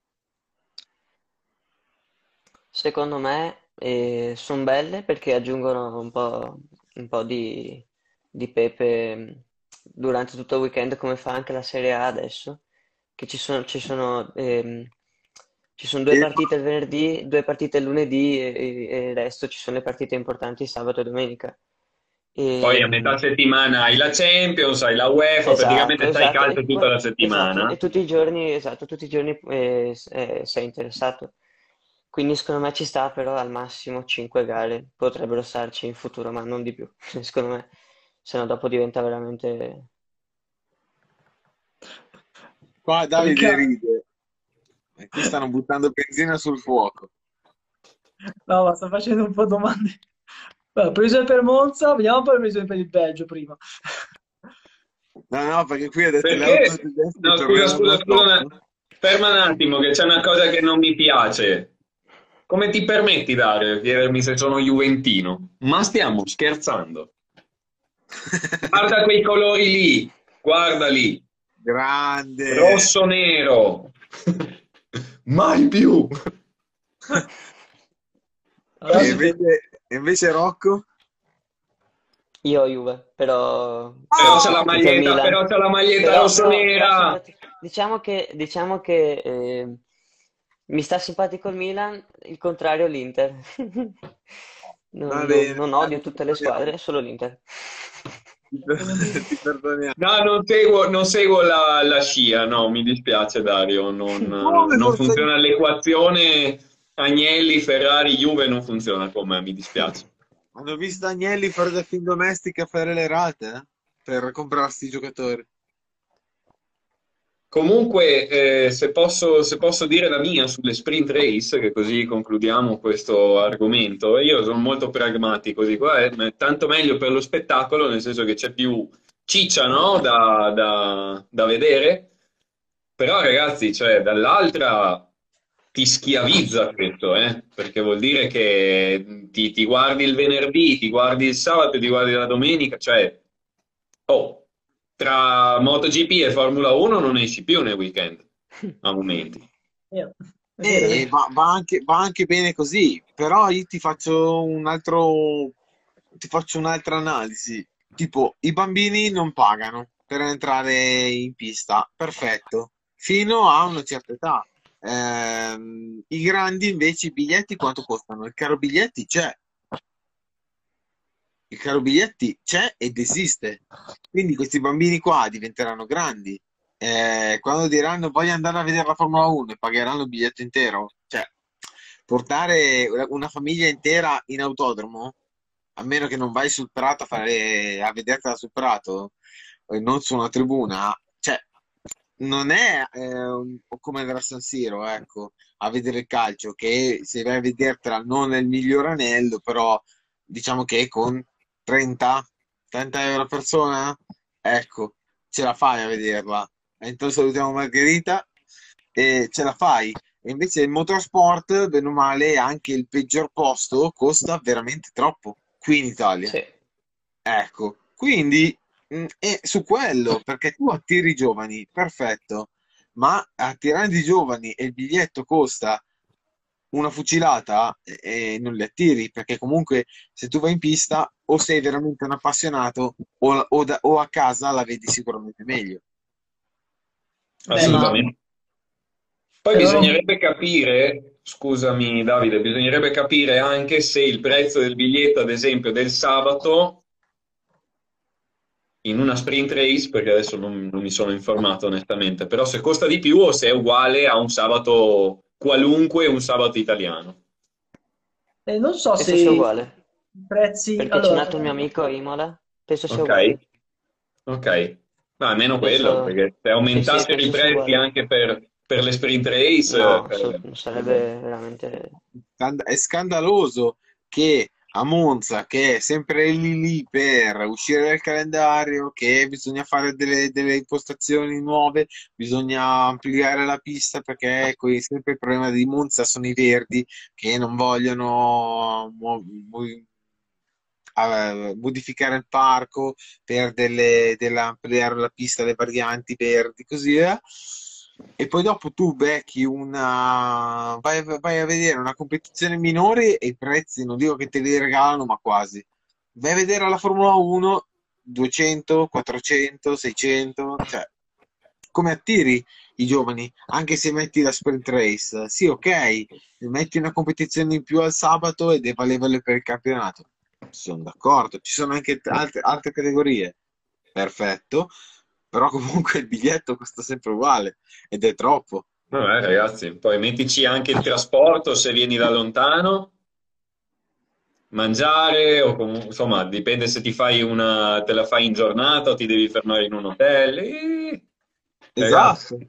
Secondo me sono belle perché aggiungono un po' di pepe durante tutto il weekend, come fa anche la Serie A adesso, che ci sono due E partite il venerdì, due partite il lunedì e il resto ci sono le partite importanti sabato e domenica. Poi a metà settimana hai la Champions, hai la UEFA, Esatto, praticamente stai esatto, calcio tutta la esatto, settimana. e tutti i giorni, esatto, tutti i giorni sei interessato. Quindi secondo me ci sta, però al massimo 5 gare potrebbero starci in futuro, ma non di più, secondo me, se no dopo diventa veramente... qua Davide Perché? ride. E qui stanno buttando benzina sul fuoco. No, ma sto facendo un po' domande. Allora, previsione per Monza, vediamo un po' le previsioni per il Belgio prima. No, perché qui ha detto le auto Perché? tedesche No, scusa, torneranno scusa, al scusa, top. ferma un attimo, che c'è una cosa che non mi piace. Come ti permetti, Dario, di chiedermi se sono juventino? Ma stiamo scherzando. Guarda quei colori lì, guarda lì, Grande. rosso-nero. Mai più. Allora, E invece Rocco? Io ho Juve, però Però perché il Milan... c'è la maglietta Però rosso-nera. diciamo che mi sta simpatico il Milan, il contrario l'Inter. Va bene, Non dai, odio ti tutte le squadre, perdoniamo. solo l'Inter. Ti perdoniamo. No, non seguo la scia, no, mi dispiace Dario, Come non non sei... funziona l'equazione Agnelli, Ferrari, Juve non funziona con me, mi dispiace. Hanno visto Agnelli fare da film domestica a fare le rate, per comprarsi i giocatori. Comunque, se posso dire la mia sulle sprint race, che così concludiamo questo argomento, io sono molto pragmatico, dico, tanto meglio per lo spettacolo, nel senso che c'è più ciccia, no, da vedere, però ragazzi, cioè, dall'altra ti schiavizza questo, perché vuol dire che ti guardi il venerdì, ti guardi il sabato, ti guardi la domenica, cioè, oh. Tra MotoGP e Formula 1 non esci più nel weekend, a momenti. vero, è vero, è vero. Va anche bene così, però io ti faccio un'altra analisi. Tipo, i bambini non pagano per entrare in pista, perfetto, fino a una certa età. I grandi invece i biglietti quanto costano? Il caro biglietti c'è. Il caro biglietti c'è ed esiste. Quindi questi bambini qua diventeranno grandi. Quando diranno voglio andare a vedere la Formula 1 e pagheranno il biglietto intero, cioè portare una famiglia intera in autodromo, a meno che non vai sul prato a vedertela sul prato e non su una tribuna, cioè non è come andare a San Siro, ecco, a vedere il calcio, che se vai a vedertela non è il miglior anello, però diciamo che con 30 euro a persona ecco, ce la fai a vederla. E intanto salutiamo Margherita e ce la fai. E invece il motorsport, bene o male, anche il peggior posto costa veramente troppo qui in Italia. Sì. Ecco, quindi è su quello, perché tu attiri i giovani, perfetto, ma attirando i giovani e il biglietto costa una fucilata e non li attiri, perché comunque se tu vai in pista o sei veramente un appassionato o a casa la vedi sicuramente meglio. Beh, ma Assolutamente. Poi se loro... bisognerebbe capire, scusami Davide, bisognerebbe capire anche se il prezzo del biglietto, ad esempio, del sabato in una sprint race, perché adesso non mi sono informato onestamente, però se costa di più o se è uguale a un sabato qualunque, un sabato italiano. non so Penso se sia i uguale, prezzi... perché c'è Allora, nato un mio amico a Imola, penso sia Ok? uguale. Ok. Ma almeno quello, Penso... perché se Sì, sì, aumentassero i penso sia prezzi uguale. anche per le sprint race, No, vabbè. sarebbe veramente... È scandaloso che a Monza, che è sempre lì lì per uscire dal calendario, che bisogna fare delle impostazioni nuove, bisogna ampliare la pista perché ecco, è sempre il problema di Monza sono i verdi che non vogliono modificare il parco per ampliare la pista, le varianti verdi, così e poi dopo tu becchi vai a vedere una competizione minore e i prezzi non dico che te li regalano, ma quasi. Vai a vedere la Formula 1 200, 400, 600, cioè come attiri i giovani, anche se metti la sprint race. Sì, ok, metti una competizione in più al sabato ed è valevole per il campionato. Sono d'accordo, ci sono anche altre categorie. Perfetto, però comunque il biglietto costa sempre uguale ed è troppo. Vabbè, ragazzi, poi mettici anche il trasporto se vieni da lontano, mangiare, o insomma, dipende se te la fai in giornata o ti devi fermare in un hotel. Ragazzi. Esatto.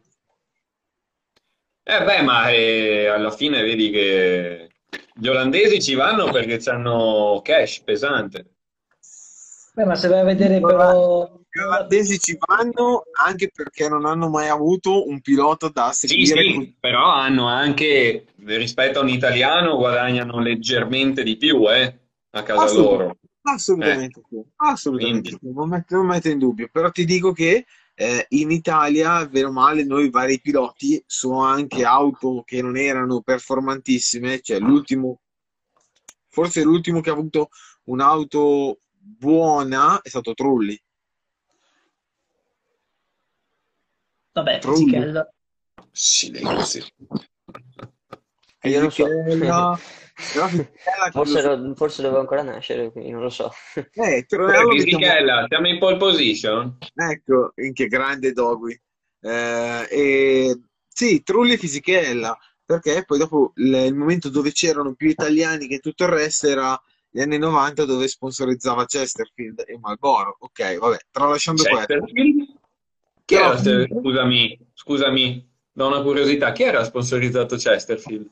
Beh, ma alla fine vedi che gli olandesi ci vanno perché hanno cash pesante. Beh, ma se vai a vedere Allora, però... gli olandesi ci vanno anche perché non hanno mai avuto un pilota da Sì, seguire così. sì, però hanno anche, rispetto a un italiano, guadagnano leggermente di più, a casa Assolutamente, loro. assolutamente sì, assolutamente Quindi, sì, non metto in dubbio, però ti dico che in Italia, bene o male, noi vari piloti sono anche auto che non erano performantissime, cioè forse l'ultimo che ha avuto un'auto buona è stato Trulli. Vabbè, Trulli, Fisichella. silenzio. Io non so. Fisichella, però Fisichella credo sia... Forse dovevo ancora nascere, quindi non lo so. Allora mettiamo... Fisichella, siamo in pole position? Ecco, in che grande Dogui. Sì, Trulli e Fisichella, perché poi dopo il momento dove c'erano più italiani che tutto il resto era gli anni 90 dove sponsorizzava Chesterfield e Marlboro. Ok, vabbè, tralasciando questo. Chesterfield? Chi Però era, comunque scusami, da una curiosità, chi era sponsorizzato Chesterfield?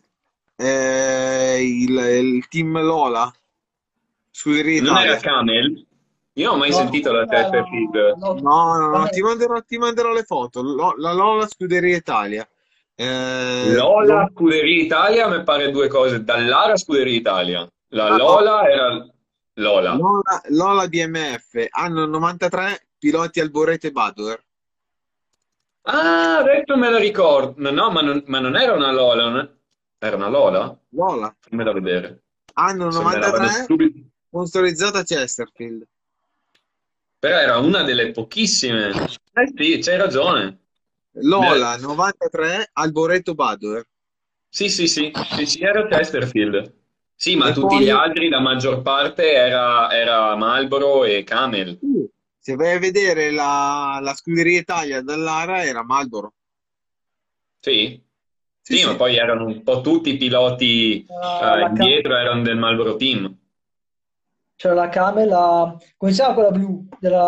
il team Lola, Scuderia Non era Italia. Camel? Io non ho mai No, sentito la era... Chesterfield. no, No, no, no, vabbè, ti manderò le foto. La Lola Scuderia Italia. Lola Scuderia Italia, mi pare due cose. Dallara Scuderia Italia. La no, no, Lola era Lola. Lola DMF, anno 93, piloti Alboreto e Badoer. Ah, adesso me la ricordo. No, ma non era una Lola. Era una Lola? Lola, Fammela vedere. anno Se me la vado 93, subito. sponsorizzata Chesterfield. Però era una delle pochissime. Sì, c'hai ragione. Me- Lola, 93, Alboreto Badoer. Sì, sì, sì, sì, sì, era Chesterfield. Sì, ma E tutti gli poi, altri, la maggior parte era Marlboro e Camel. se vai a vedere la Scuderia Italia dall'Ara, era Marlboro. Sì? Sì, Sì, ma sì. poi erano un po' tutti i piloti la, indietro, erano del Marlboro Team. c'era la Camel, come si chiama quella blu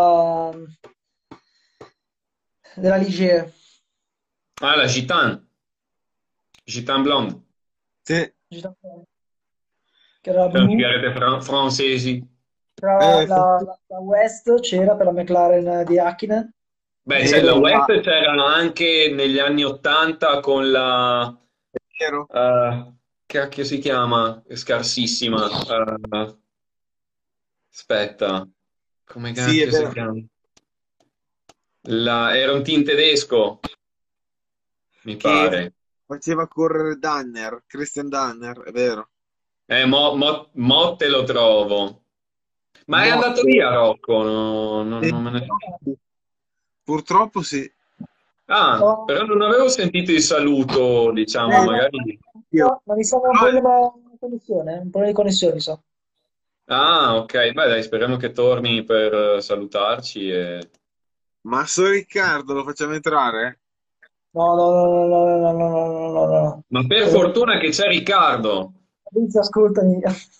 della Ligier? Ah, la Gitan. Gitan Blonde. Sì. Che era Sono blu. sigarette francesi. Tra fa- la West c'era per la McLaren di Hakkinen. Beh, è la vero, West c'era anche negli anni 80 con la... è vero. che cacchio si chiama? È scarsissima. Aspetta, come Sì, è cacchio si vero. chiama? Era un team tedesco, mi Che pare. faceva correre Danner, Christian Danner, è vero. Mo te lo trovo. Ma è andato Motte. via Rocco, non me ne... Purtroppo sì. Ah, Oh, però non avevo sentito il saluto, diciamo, no, magari... Io. ma mi sembra un Però- problema di connessione, un problema di connessione, mi sa. Ah, ok, beh dai, speriamo che torni per salutarci e... Ma so Riccardo lo facciamo entrare? No, no, no, no, no, no, no, no, no, no, no. Ma per fortuna che c'è Riccardo. Fabrizio, ascoltami.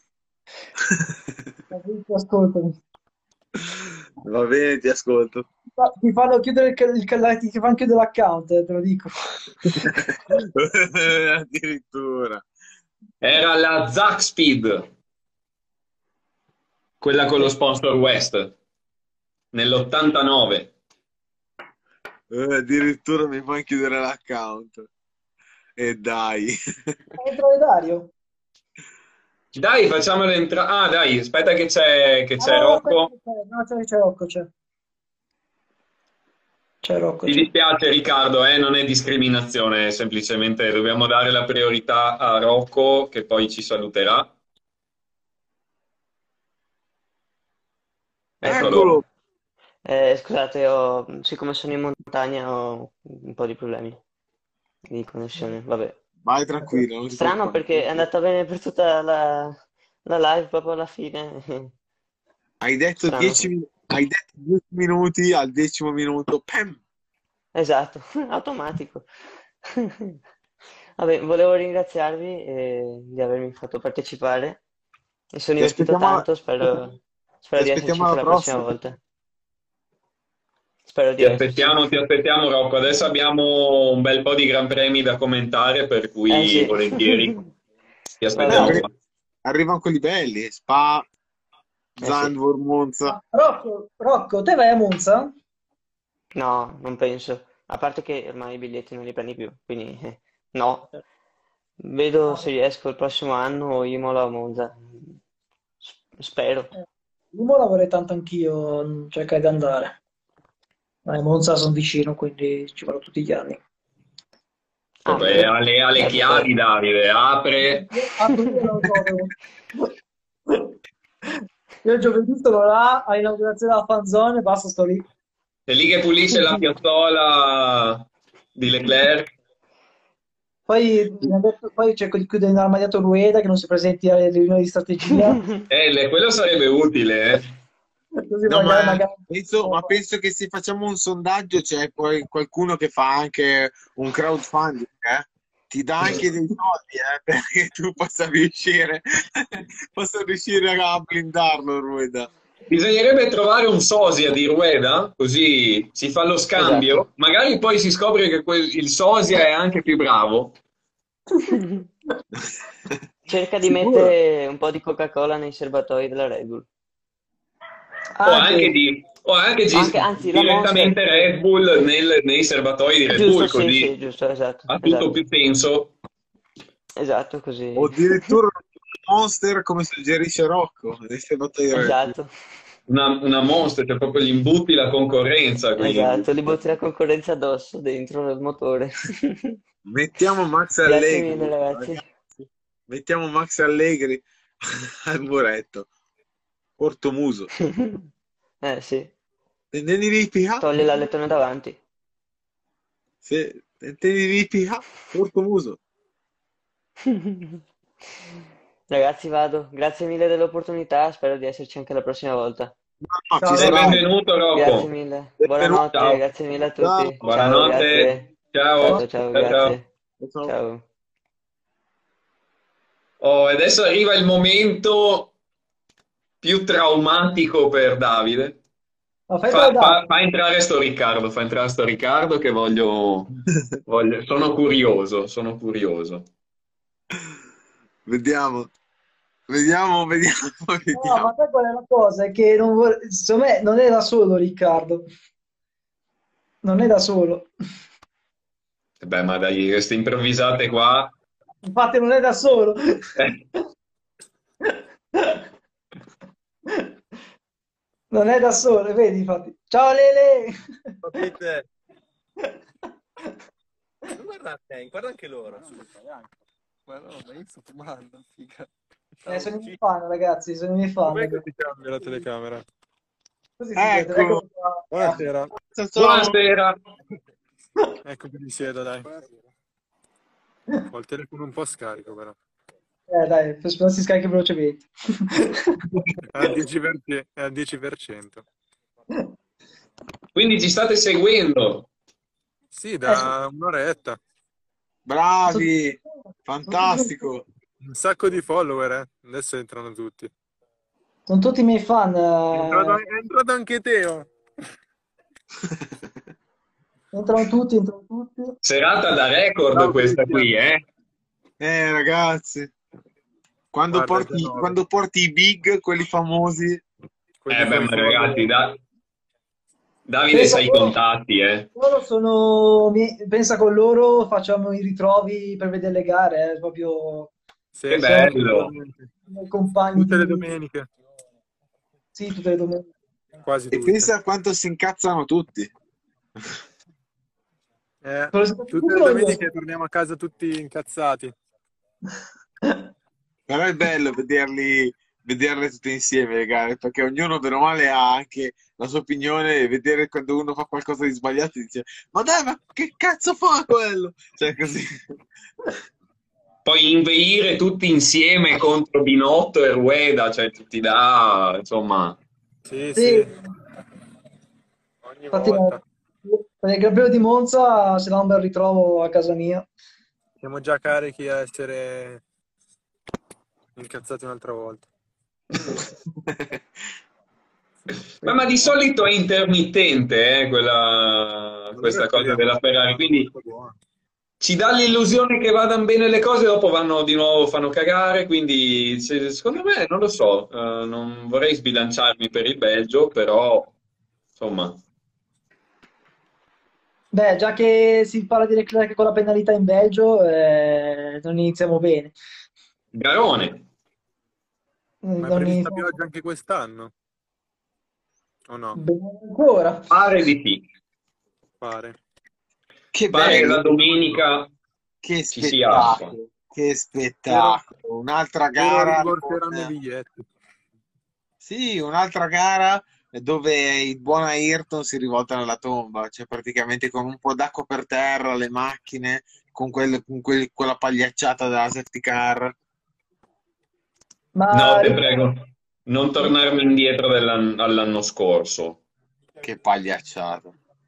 Fabrizio, ascoltami. Va bene, ti ascolto. Ti fanno chiudere ti fanno chiudere l'account, te lo dico. Addirittura. Era la Zaxpeed, quella con lo sponsor West, nell'89. Addirittura mi fanno chiudere l'account. E dai. Entra Dario. Dai, facciamolo entrare. Ah, dai, aspetta che Ah, c'è no, aspetta, Rocco. no, c'è Rocco, c'è. C'è Rocco, Ti c'è. dispiace Riccardo, non è discriminazione, semplicemente dobbiamo dare la priorità a Rocco che poi ci saluterà. Eccolo. Eccolo. Scusate, siccome sono in montagna ho un po' di problemi di connessione. Vabbè. Vai tranquillo, non ti Strano preoccupare. perché è andata bene per tutta la live proprio alla fine. Hai detto Strano. 10 minuti, al 10° minuto, pam! Esatto, automatico. Vabbè, volevo ringraziarvi di avermi fatto partecipare. Mi sono Ti divertito aspettiamo, tanto, spero ti di esserci aspettiamo anche alla la prossima prossima. volta. Spero di esserci. Ti aspettiamo Rocco. Adesso abbiamo un bel po' di gran premi da commentare, per cui Sì. volentieri ti Va aspettiamo bene. qua. Arrivano quelli belli, Spa, Sì. Zandvoort, Monza. Rocco, te vai a Monza? No, non penso. A parte che ormai i biglietti non li prendi più, quindi no. Vedo se riesco il prossimo anno Imola o Monza. Spero. Imola vorrei tanto anch'io cercare di andare. Ma in Monza sono vicino, quindi ci vado tutti gli anni. Vabbè, alle Certo, chiavi certo. Davide, apre. Io non so, io giovedì sono là all'inaugurazione della fanzone e basta, sto lì. È lì che pulisce la piazzola di Leclerc. Poi, poi cerco di chiudere nell'armadiato Rueda che non si presenti alle riunioni di strategia. Quello sarebbe utile, eh. Così No, magari... ma penso che se facciamo un sondaggio c'è poi qualcuno che fa anche un crowdfunding, eh? Ti dà anche dei soldi, perché tu possa riuscire a blindarlo, Rueda. Bisognerebbe trovare un sosia di Rueda, così si fa lo scambio. Esatto. Magari poi si scopre che il sosia è anche più bravo. Cerca di Sicuro? mettere un po' di Coca-Cola nei serbatoi della Red Bull. Anzi, la direttamente Monster. Red Bull nei serbatoi di Red Giusto, Bull, sì, così sì, giusto, esatto. ha tutto Esatto, più senso. esatto, così. O addirittura un Monster come suggerisce Rocco, nei serbatoi di Red Bull. Esatto, Una Monster, cioè proprio gli imbutti la concorrenza. Quindi. esatto, li butti la concorrenza addosso dentro nel motore. Mettiamo Max Grazie Allegri, mille, ragazzi. mettiamo Max Allegri al muretto. Portomuso. Sì, Tendi ripica? togli l'alettone davanti. Sì, tendi ripica? Portomuso. Ragazzi, vado. Grazie mille dell'opportunità, spero di esserci anche la prossima volta. No, Ciao, ci Sei sarai. benvenuto Grazie Rocco. mille. Benvenuto. Buonanotte, Ciao. grazie mille a tutti. Ciao. Ciao, Buonanotte. grazie. Ciao. Ciao, Ciao, grazie. Ciao. Ciao. Oh, adesso arriva il momento più traumatico per Davide. Ma fai da Fa entrare sto Riccardo che sono curioso. Vediamo. Vediamo, No, vediamo. ma sai qual è la cosa? È che secondo me non è da solo Riccardo, non è da solo. Beh, ma dai, queste improvvisate qua. Infatti non è da solo. eh, Non è da solo, vedi, infatti. Ciao Lele! Capite? Non guarda te, guarda anche loro. Ma no, ma io sto fumando, figa. Sono i miei fan, ragazzi, sono i miei fan. Com'è che si cambia la telecamera? Così si vede, Ecco. ecco qua. Buonasera. Buonasera. Ecco che mi siedo, dai. Ho il telefono un po' scarico, però. Dai, spero si scarichi velocemente. È al 10%. È al 10%. Quindi ci state seguendo. Sì, da un'oretta. Bravi, fantastico. Un sacco di follower, eh. Adesso entrano tutti. Sono tutti i miei fan. È entrato anche Teo. Entrano tutti, entrano tutti. Serata da record Ciao, questa Cristian. qui, eh? Ragazzi, quando Guarda, porti i big, quelli famosi, quelli Beh, con i ma ragazzi, follower. Davide Pensa sai i loro- contatti, eh? Loro sono, pensa con loro facciamo i ritrovi per vedere le gare, proprio Sì, Che sì, bello. assolutamente. i compagni Tutte le di... domeniche. Sì, tutte le domeniche. Quasi e tutte. pensa a quanto si incazzano tutti. Però sono Tutte tutti le io. domeniche torniamo a casa tutti incazzati. Però è bello vederle tutte insieme le gare, perché ognuno bene o male ha anche la sua opinione e vedere quando uno fa qualcosa di sbagliato e dice ma dai, ma che cazzo fa quello? Cioè così. Poi inveire tutti insieme contro Binotto e Rueda, cioè ti dà, insomma... Sì, Sì. sì. Ogni Infatti, volta. per il Gran Premio di Monza sarà un bel ritrovo a casa mia. Siamo già carichi a essere incazzati un'altra volta. Ma di solito è intermittente, questa cosa della Ferrari, quindi ci dà l'illusione che vadano bene le cose, dopo vanno di nuovo, fanno cagare, quindi secondo me, non lo so, non vorrei sbilanciarmi per il Belgio, però, insomma, Beh, già che si parla di Leclerc con la penalità in Belgio, non iniziamo bene. Garone. Ma è Non prevista iniziamo pioggia anche quest'anno? O no? bene ancora. Pare di sì. Pare. Che Pare che bello, la domenica che ci sia acqua. spettacolo, che spettacolo. Un'altra Spero gara rimborseranno i biglietti. Sì, un'altra gara dove il buon Ayrton si rivolta nella tomba, cioè praticamente con un po' d'acqua per terra, le macchine, quella pagliacciata della safety car. Ma, No, te prego, non tornarmi indietro all'anno scorso. Che pagliacciata.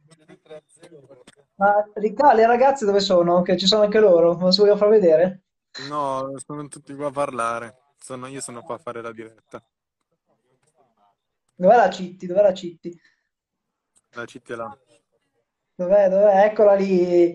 ma Riccardo, le ragazze dove sono? Che ci sono anche loro? Non si vogliono far vedere? No, sono tutti qua a parlare. Io sono qua a fare la diretta. Dov'è la Citti? Dov'è la Citti? La città là. Dov'è? Dov'è? Eccola lì.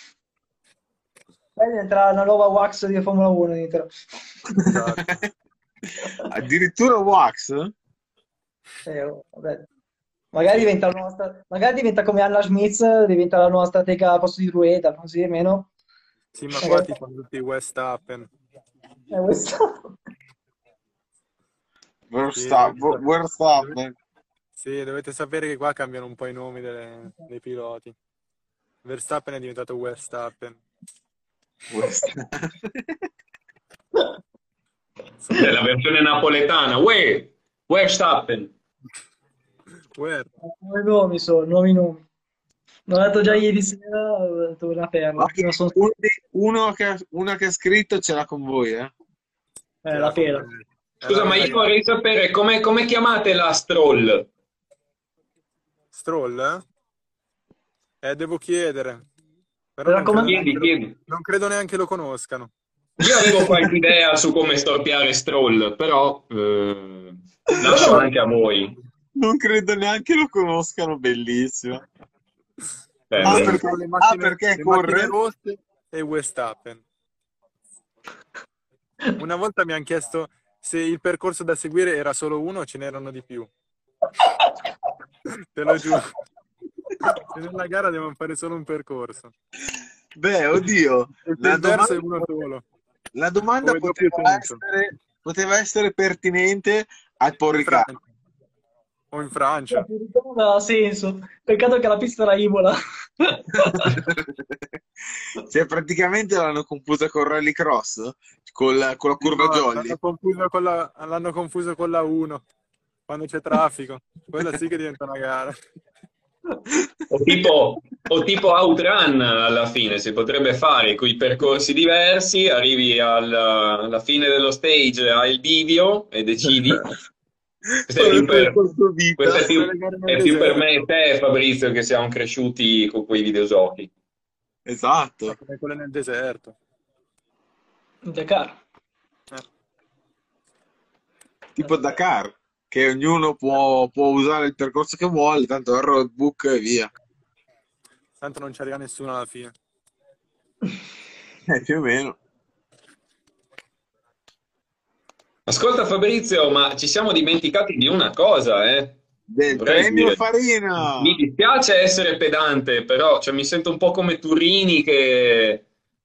Lei diventerà una nuova Wax di Formula 1. Diventerà. Esatto. Addirittura Wax? Vabbè. Magari diventa come Anna Schmitz, diventa la nuova stratega al posto di Rueda, così almeno. Sì, ma qua ti fanno tutti i Verstappen. Questo. Verstappen. Sì, dovete sapere che qua cambiano un po' i nomi dei piloti. Verstappen è diventato Verstappen. È la versione napoletana. Uè, Verstappen. Nuovi nomi sono, nuovi nomi. L'ho detto già ieri sera, ho detto una perla. Non sono... Uno che ha scritto ce l'ha con voi, eh? La pera. Scusa, ma io vorrei sapere come chiamate la Stroll? Stroll? Devo chiedere. Mi raccomando. Chiedi. Non credo neanche lo conoscano. Io avevo qualche idea su come storpiare Stroll, però lascio anche a voi. Non credo neanche lo conoscano, bellissimo. Perché le corre? rosse e Verstappen. Una volta mi hanno chiesto se il percorso da seguire era solo uno, ce n'erano di più. Te lo giuro. Se nella gara devono fare solo un percorso. Beh, oddio, Il la verso è domanda, uno solo. la domanda O è doppio senso. poteva essere pertinente al Paul In Ricard. Francia. O in Francia. Non ha senso. Peccato che la pista era Imola. Cioè, praticamente l'hanno confusa con Rallycross, con la curva No, Jolly. l'hanno confuso con la 1 quando c'è traffico. Quella sì che diventa una gara. O tipo Outrun alla fine, si potrebbe fare con i percorsi diversi, arrivi alla fine dello stage, hai il bivio e decidi. Questo è più per, questo è più per me e te, Fabrizio, che siamo cresciuti con quei videogiochi. Esatto. Come quelle nel deserto. Dakar. Tipo Dakar, che ognuno può usare il percorso che vuole, tanto è il roadbook e via. Tanto non ci arriva nessuno alla fine. Più o meno. Ascolta Fabrizio, ma ci siamo dimenticati di una cosa, Del Vorrei premio dire. Farina. Mi dispiace essere pedante, però cioè, mi sento un po' come Turini che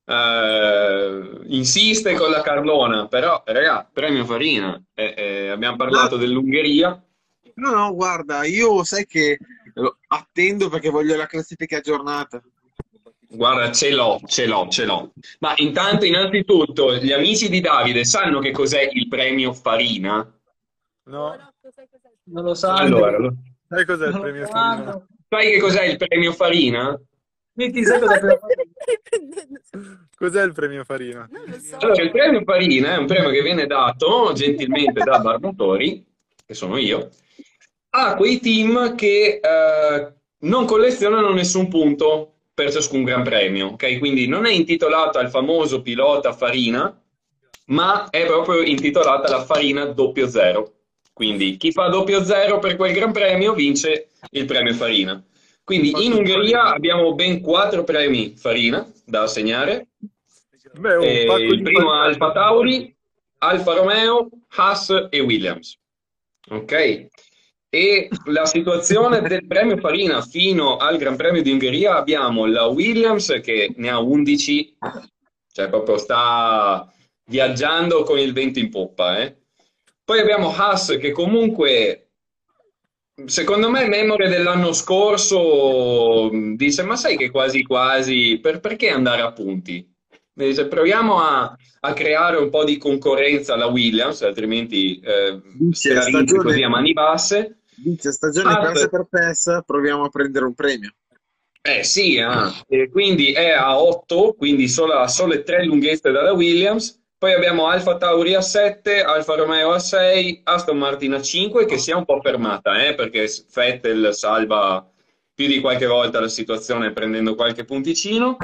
insiste con la Carlona, però raga, premio Farina, abbiamo parlato dell'Ungheria. No, guarda, io sai che attendo perché voglio la classifica aggiornata. Guarda, ce l'ho. Ma intanto, innanzitutto, gli amici di Davide sanno che cos'è il premio Farina? No. Non lo sanno. Allora, Sai cos'è il Non lo premio Farina? sanno. sai che cos'è il premio Farina? Metti, sai cosa per Cos'è il premio Farina? Allora, il premio Farina è un premio che viene dato gentilmente da Barbatori, che sono io, a quei team che non collezionano nessun punto per ciascun Gran Premio, ok? Quindi non è intitolata al famoso pilota Farina, ma è proprio intitolata alla Farina 00. Quindi chi fa 00 per quel Gran Premio vince il premio Farina. Quindi in Ungheria abbiamo ben 4 premi Farina da assegnare. Beh, un pacco Il di primo Farina. Alfa Tauri, Alfa Romeo, Haas e Williams. Ok? E la situazione del premio Farina fino al Gran Premio di Ungheria abbiamo la Williams che ne ha 11, cioè proprio sta viaggiando con il vento in poppa. Poi abbiamo Haas che comunque, secondo me, memore dell'anno scorso, dice: ma sai che quasi quasi, perché andare a punti? Dice, proviamo a creare un po' di concorrenza alla Williams, altrimenti Dice, stravince così a mani basse. Dice stagione Haas- persa per persa, proviamo a prendere un premio. sì, e quindi è a 8, quindi sole 3 lunghezze dalla Williams. Poi abbiamo Alfa Tauri a 7, Alfa Romeo a 6, Aston Martin a 5, che si è un po' fermata, perché Vettel salva più di qualche volta la situazione prendendo qualche punticino.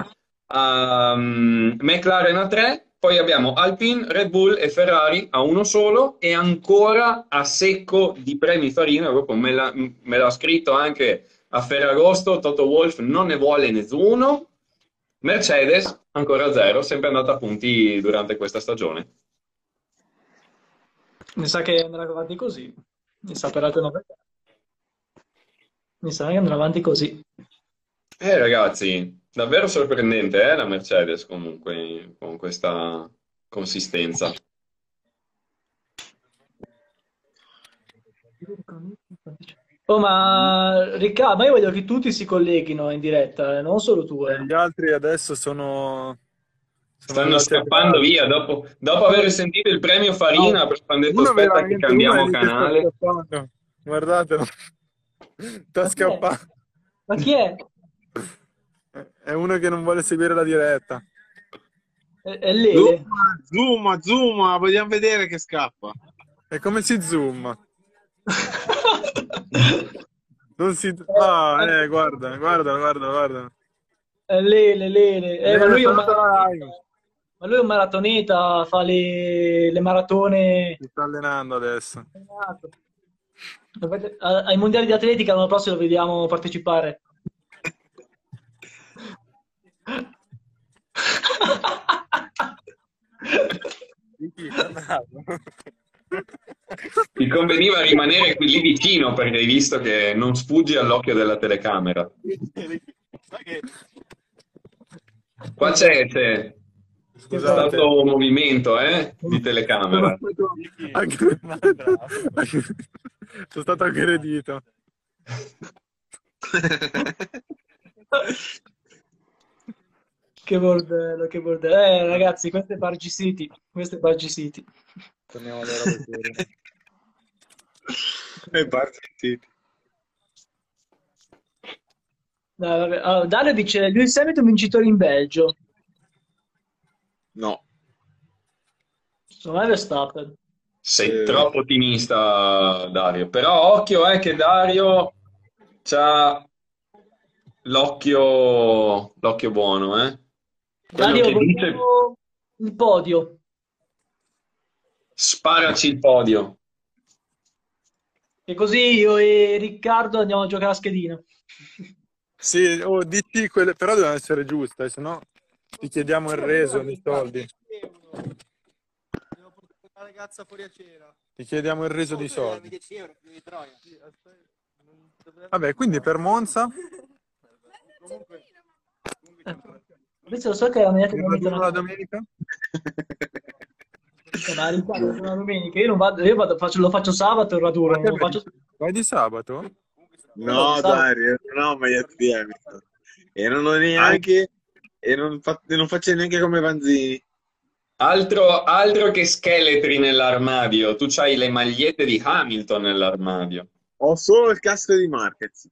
McLaren a 3, poi abbiamo Alpine, Red Bull e Ferrari a uno solo e ancora a secco di premi Farina, proprio me l'ha scritto anche a Ferragosto, Toto Wolff non ne vuole nessuno. Mercedes ancora 0, sempre andata a punti durante questa stagione. Mi sa che andrà avanti così. Mi sa per altre 9. Mi sa che andrà avanti così. Ragazzi, davvero sorprendente, la Mercedes comunque con questa consistenza. Oh, ma Riccardo, ma io voglio che tutti si colleghino in diretta, non solo tu. Gli altri adesso sono Stanno andati a scappando casa. via dopo aver sentito il premio Farina, hanno detto Uno aspetta che veramente, cambiamo uno è lì che sta canale. scappando. Guardatelo. Sta Ma chi è? scappando. Ma chi è? È uno che non vuole seguire la diretta. È Lele. Zoom, vogliamo vedere che scappa. E come si zoom? Non si... Ah, guarda. È Lele. Ma lui è un live. Ma lui è un maratoneta, fa le maratone. Si sta allenando adesso. Ai mondiali di atletica l'anno prossimo lo vediamo partecipare. conveniva rimanere qui lì vicino perché hai visto che non sfuggi all'occhio della telecamera. Qua c'è Scusate. stato un movimento, di telecamera. Sono stato aggredito. Che bordello, che bordello. Ragazzi, questo è Pargy City. Questo è Pargy City. Torniamo alle robe serie. E partiti. Dai, vabbè. Allora, Dario dice Lewis Hamilton vincitore in Belgio. No. Secondo me Verstappen. Sei troppo ottimista, Dario. Però occhio, che Dario c'ha l'occhio buono, Quello Dario, che dice, vogliamo il podio. sparaci il podio. E così io e Riccardo andiamo a giocare a schedina. Sì, dici quelle, però devono essere giuste, se no ti chiediamo il reso dei soldi. Devo portare una ragazza fuori a cena. Ti chiediamo il reso dei soldi. 10 euro, più di Troia. Vabbè, quindi per Monza Invece lo so che la mia il raduno la domenica? Ma Riccardo, è una domenica. Io non vado, lo faccio sabato il raduno. Non lo faccio... Vai di sabato? No, Dario, non ho maglietta di Hamilton. E non ho neanche... E non faccio neanche come Vanzini. Altro che scheletri nell'armadio. Tu c'hai le magliette di Hamilton nell'armadio. Ho solo il casco di Marquez.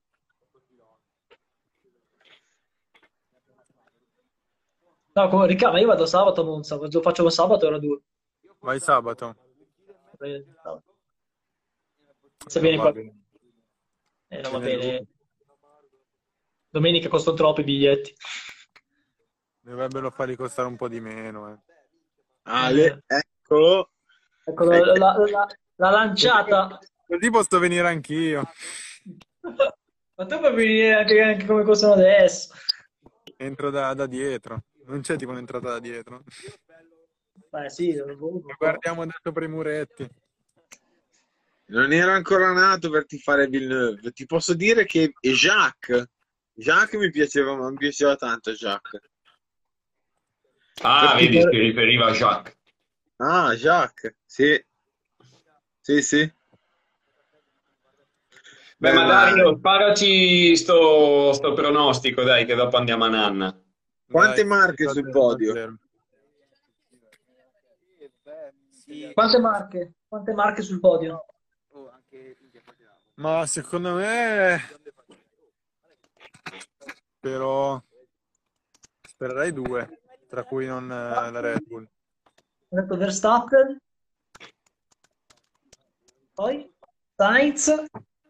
No, Riccardo, ma io vado sabato a Monza. Lo faccio sabato il raduno. Vai sabato. Se viene qua. bene. Non va bene. Domenica costano troppo i biglietti. Dovrebbero farli costare un po' di meno. Eccolo. Ecco la lanciata. Così posso venire anch'io. Ma tu puoi venire anche come costano adesso. Entro da dietro. Non c'è tipo un'entrata da dietro. Beh, sì, Guardiamo da sopra i muretti. Non ero ancora nato per tifare Villeneuve. Ti posso dire che Jacques mi piaceva tanto, Jacques. Ah, vedi, si riferiva a Jacques. Ah, Jacques, sì. Sì. Beh, ma Dario, sparaci sto pronostico, dai, che dopo andiamo a nanna. Quante Dai, marche sul podio? Quante marche sul podio? Ma secondo me però spererei 2, tra cui non la Red Bull. Ho detto Verstappen, poi Sainz,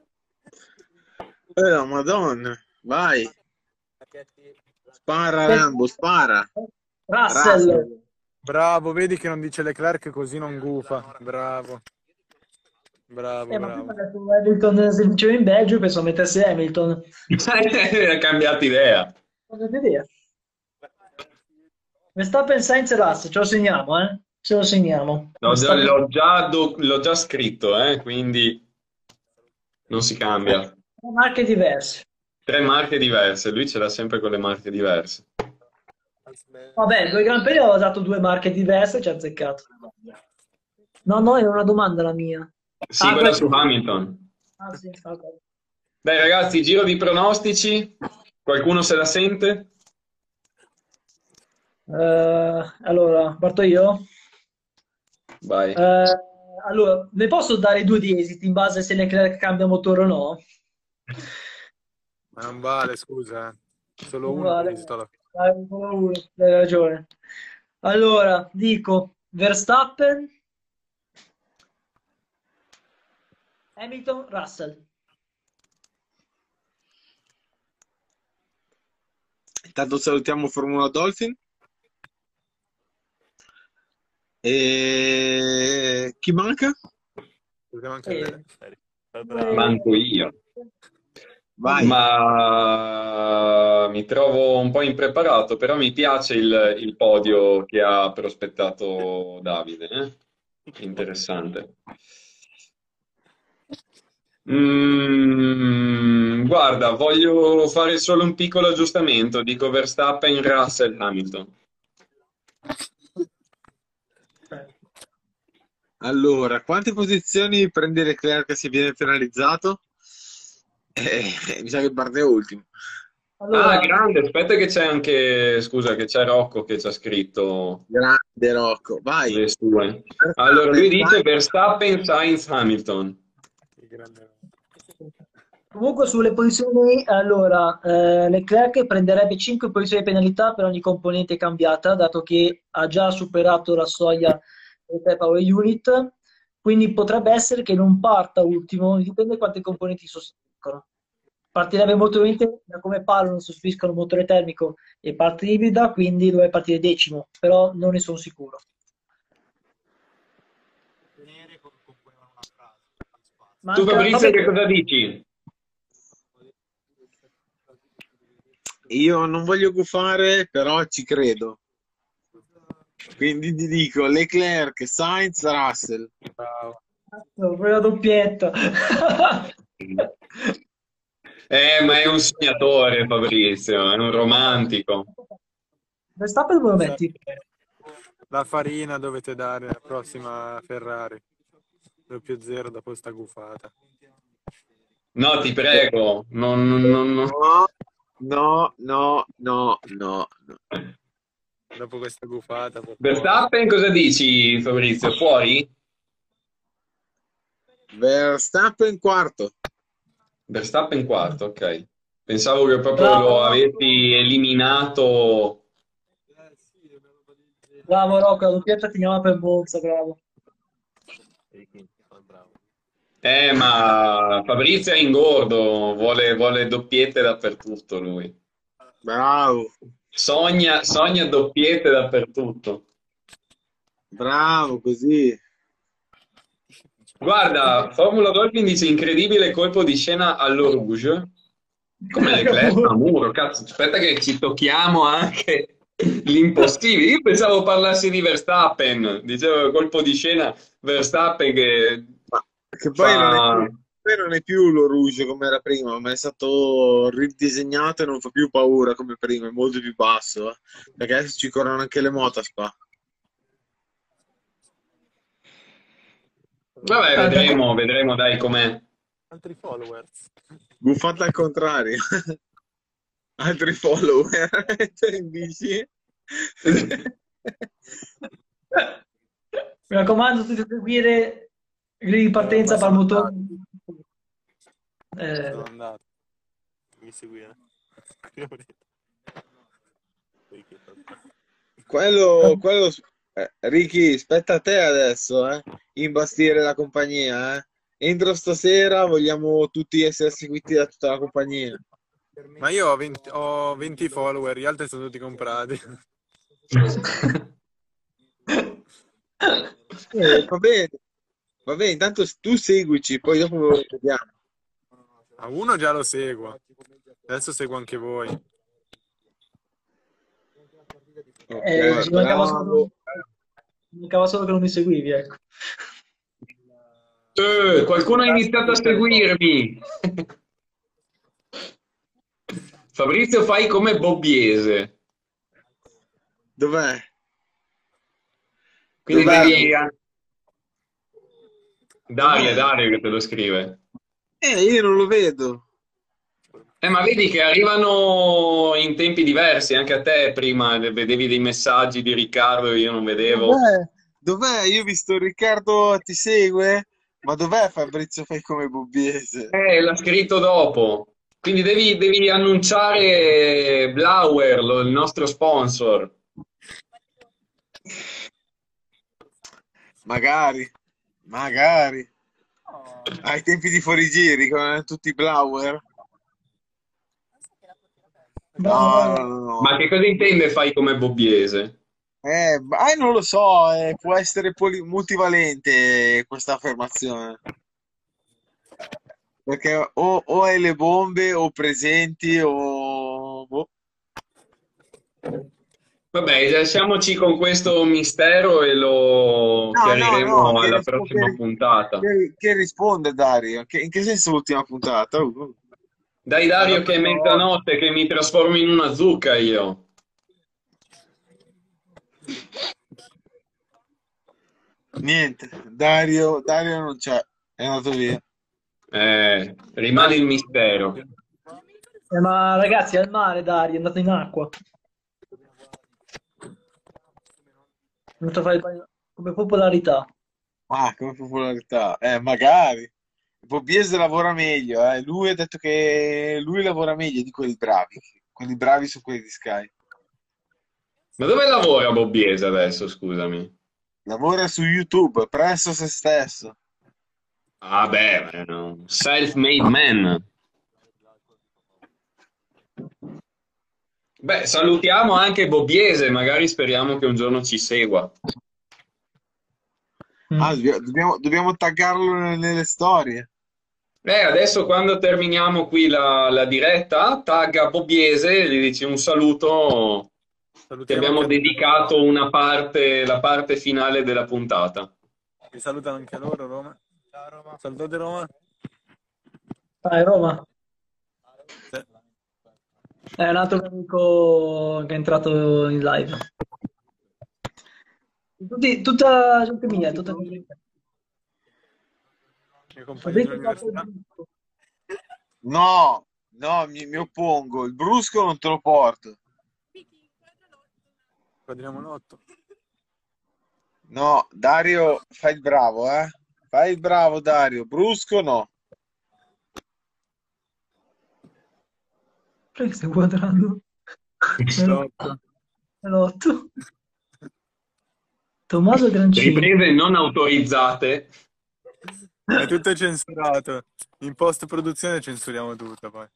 Madonna, vai. Spara, Rambo, spara. Russell. Bravo, vedi che non dice Leclerc così non gufa. Bravo. Ma prima ha detto Hamilton se vinceva in Belgio, penso mettesse Hamilton. Ha cambiato idea. Non ho idea. Verstappen, Sainz e Russell, ce lo segniamo, Ce lo segniamo. L'ho già scritto, quindi non si cambia. Marche diverse. 3 marche diverse, lui ce l'ha sempre con le marche diverse. Vabbè, due Gran Premio aveva dato 2 marche diverse e ci ha azzeccato. No, era una domanda la mia. Sì, quella su Hamilton. Ah, sì, ok. Dai ragazzi, giro di pronostici. Qualcuno se la sente? Allora, parto io? Vai. Allora, ne posso dare 2 di esiti in base se Leclerc cambia motore o no? Ma non vale, scusa. Solo Non uno vale. esito alla fine. Dai, solo uno, hai ragione. Allora, dico Verstappen, Hamilton, Russell. Intanto salutiamo Formula Dolphin. E chi manca? Salutiamo anche Manco io. Vai. Ma mi trovo un po' impreparato, però mi piace il podio che ha prospettato Davide. Interessante. Guarda, voglio fare solo un piccolo aggiustamento. Dico Verstappen, Russell, Hamilton. Allora, quante posizioni prende Leclerc se viene penalizzato? Mi sa che parte ultimo. Ah, Allora, grande, aspetta che c'è anche, scusa, che c'è Rocco che ci ha scritto Grande Rocco, vai. le sue. Allora, Verstappen, lui dice sai? Verstappen, Sainz, Hamilton. Che grande. comunque sulle posizioni, allora, Leclerc prenderebbe 5 posizioni di penalità per ogni componente cambiata, dato che ha già superato la soglia delle 3 power unit, quindi potrebbe essere che non parta ultimo, dipende quanti componenti sostituiscono. Partirebbe molto probabilmente da come parlano, sostituiscono motore termico e parte ibrida, quindi dovrebbe partire decimo, però non ne sono sicuro. Tu Manca, Fabrizio vabbè, che cosa dici? Io non voglio gufare, però ci credo. Quindi ti dico Leclerc, Sainz, Russell. Bravo. proprio la doppietta. Ma è un sognatore Fabrizio, è un romantico. Verstappen dove lo metti? La farina dovete dare la prossima Ferrari. 0-0 dopo sta gufata. No, ti prego, non. No, no, no, no, no. Dopo questa gufata. Verstappen, cosa dici Fabrizio? Fuori? Verstappen quarto. Verstappen quarto, ok. Pensavo che proprio lo Bravo, avessi eliminato. bravo Rocco, la doppietta ti chiama per Monza, bravo. Ma Fabrizio è ingordo, vuole doppiette dappertutto lui. Bravo, Sogna doppiette dappertutto. bravo, così. Guarda, Formula Dolphin dice incredibile colpo di scena allo Rouge. Come Leclerc a muro, cazzo, aspetta che ci tocchiamo anche l'impossibile. Io pensavo parlassi di Verstappen, dicevo colpo di scena Verstappen che Ma che fa. poi non è più lo Rouge come era prima, ma è stato ridisegnato e non fa più paura come prima, è molto più basso. Perché adesso ci corrono anche le moto a Spa. Vabbè, vedremo dai com'è. Altri followers. Buffata al contrario. Altri follower. Cioè, in bici. Mi raccomando, dovete seguire il griglia di partenza per il motore. Sono andato. Mi seguire. Quello, Ricky, spetta a te adesso, imbastire la compagnia, Entro stasera vogliamo tutti essere seguiti da tutta la compagnia. Ma io ho 20 follower, gli altri sono tutti comprati. Va bene, intanto tu seguici, poi dopo vediamo. A uno già lo seguo, adesso seguo anche voi. Ok, Ci bravo. mancava solo che non mi seguivi, ecco. Qualcuno ha iniziato a seguirmi. Fabrizio, fai come Bobbiese. Dov'è? Quindi Dov'è? devi. Dario che te lo scrive. Io non lo vedo. Ma vedi che arrivano in tempi diversi, anche a te prima vedevi dei messaggi di Riccardo e io non vedevo. Dov'è? Io ho visto Riccardo ti segue, ma dov'è Fabrizio fai come Bobbiese? L'ha scritto dopo. Quindi devi annunciare Blauer, il nostro sponsor. Magari. Ai tempi di fuorigiri, con tutti i Blauer. No. Ma che cosa intende fai come Bobbiese? Non lo so, può essere multivalente questa affermazione. Perché o hai le bombe o presenti o. Boh. Vabbè, lasciamoci con questo mistero e lo No, chiariremo alla prossima puntata. che risponde Dario? In che senso l'ultima puntata? Dai È la Dario che è prima volta. mezzanotte che mi trasformo in una zucca io. Niente, Dario non c'è, è andato via. Rimane il mistero. Ma ragazzi, è al mare, Dario, è andato in acqua. È andato a fare il bagno come popolarità. Ah, come popolarità. Magari. Bobbiese lavora meglio, eh. Lui ha detto che lui lavora meglio di quelli bravi. Quelli bravi su quelli di Sky. Ma dove lavora Bobbiese adesso, scusami? Lavora su YouTube, presso se stesso. Ah beh, self-made man. Beh, salutiamo anche Bobbiese, magari speriamo che un giorno ci segua. Ah, dobbiamo taggarlo nelle storie. Adesso quando terminiamo qui la diretta, tagga Bobbiese e gli dici un saluto, ti Salutiamo abbiamo anche dedicato la parte finale della puntata. mi salutano anche loro, Roma. Ciao Roma. Salutate Roma. Ah, è Roma. Sì. È un altro amico che è entrato in live. Tutta gente mia, tutta gente mia. Miei compagni Fabrizio dell'università. No, mi oppongo. Il brusco non te lo porto. Quadriamo l'otto. No, Dario, fai il bravo, eh. Fai il bravo, Dario. Brusco no. Perché stai guardando? L'otto. Tommaso Grancini. Riprese non autorizzate. È tutto censurato. In post-produzione censuriamo tutto poi.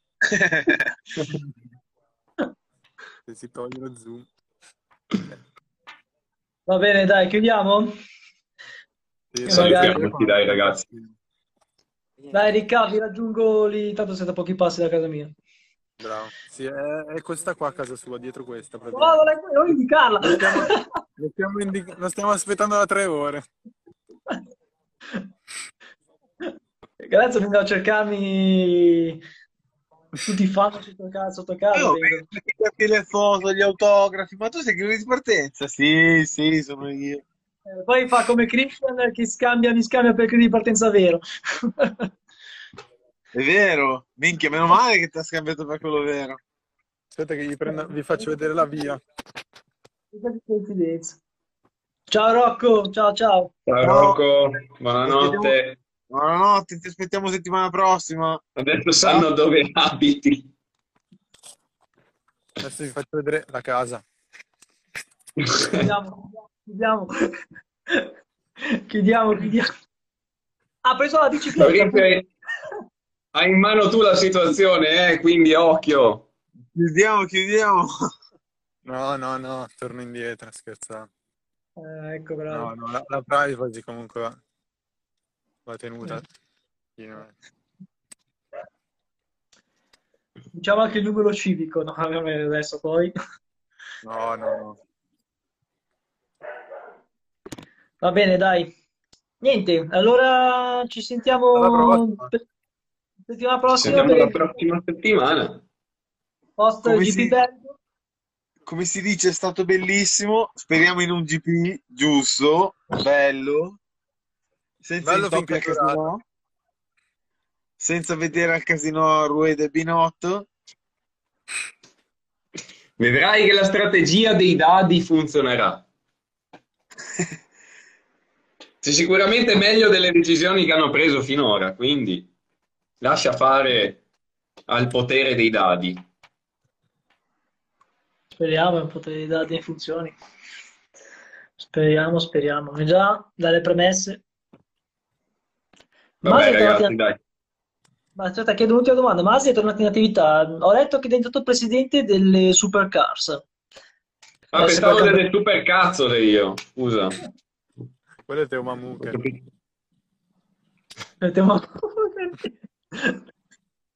Se si toglie lo zoom. Va bene, dai, chiudiamo? Sì, Salutiamoci, dai ragazzi. Dai, Riccardo, vi raggiungo lì, tanto siete a pochi passi da casa mia. Bravo. Sì, è questa qua a casa sua, dietro questa. No, non indicarla. Lo stiamo aspettando da 3 ore. Grazie, vengo a cercarmi tutti i fan sotto casa. Perché le foto, gli autografi, ma tu sei che di partenza? Sì, sono io. Poi fa come Christian che mi scambia per credito di partenza vero. È vero, minchia, meno male che ti ha scambiato per quello vero. Aspetta che vi faccio vedere la via. Ciao Rocco, ciao. Ciao Rocco, buonanotte. Buonanotte, ti aspettiamo settimana prossima. Adesso sanno dove abiti. Adesso vi faccio vedere la casa. Chiudiamo. Ha preso la bicicletta. Hai in mano tu la situazione, quindi occhio. Chiudiamo. No, torno indietro, scherzavo. Ecco, bravo. No, la privacy comunque va tenuta. Diciamo anche il numero civico, no? Adesso poi. No. Va bene, dai. Niente, allora ci sentiamo settimana prossima. Sentiamo la prossima settimana. Post GP Belgio. Come si dice, è stato bellissimo. Speriamo in un GP giusto, bello, senza intoppi al casino, senza vedere al casino Rueda e Binotto. Vedrai che la strategia dei dadi funzionerà. Sicuramente meglio delle decisioni che hanno preso finora, quindi lascia fare al potere dei dadi. Speriamo che il potere dei dadi funzioni. Speriamo. E già dalle premesse. Vabbè, ragazzi, dai. Ma aspetta, chiedo un'ultima domanda. Masi è tornato in attività. Ho letto che è diventato presidente delle Supercars. Ma pensavo delle supercazzole io, scusa. Quello è Teo Mamuche.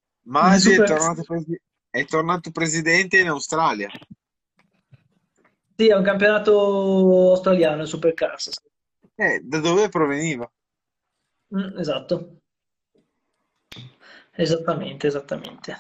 Masi è tornato presidente in Australia. Sì, è un campionato australiano, il Supercars. Sì. Da dove proveniva? Esatto, esattamente, esattamente.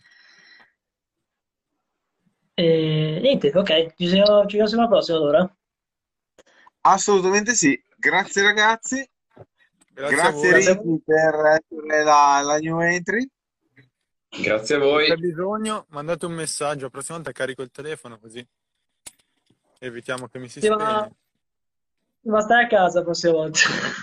E, niente, ok, ci vediamo alla prossima allora. Assolutamente sì. Grazie ragazzi. Grazie a Grazie voi. Grazie a Ricky voi. per essere la new entry. Grazie a Se c'è voi. bisogno, mandate un messaggio. La prossima volta carico il telefono così evitiamo che mi si Sì, ma, spegne. ma stai a casa la prossima volta.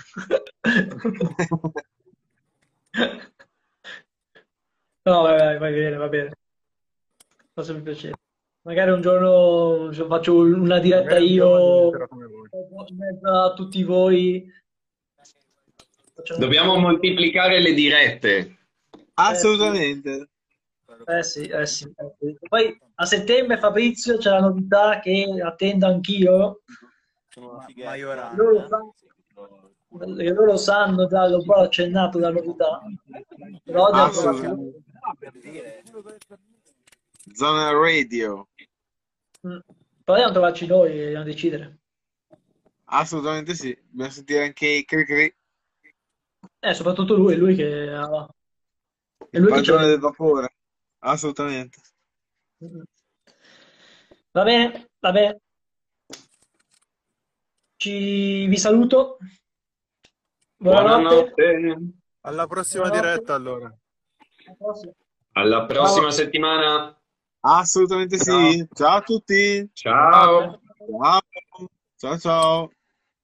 No, vai bene, va bene. Fa sempre piacere. Magari un giorno faccio una diretta Magari un giorno io diventerò come voi. in mezzo a tutti voi. Facciamo... Dobbiamo moltiplicare le dirette. Sì, Assolutamente. sì, sì. Poi a settembre Fabrizio c'è la novità che attendo anch'io. Loro lo Majorana. sanno, loro lo sanno già, l'ho un po' accennato la novità. Però dobbiamo trovarci Assolutamente. noi. Zona Radio. Mm. Però dobbiamo trovarci noi e dobbiamo decidere. Assolutamente sì. Dobbiamo sentire anche i cri cri, Soprattutto lui, è il lui che ce padrone l'ha. del vapore. Assolutamente. Mm. Va bene, va bene. Vi saluto. Buonanotte. Buonanotte. Alla prossima Buonanotte. diretta allora. Alla prossima. Alla Ciao. prossima settimana. Assolutamente Ciao. sì. Ciao a tutti. Ciao. Ciao. Ciao ciao.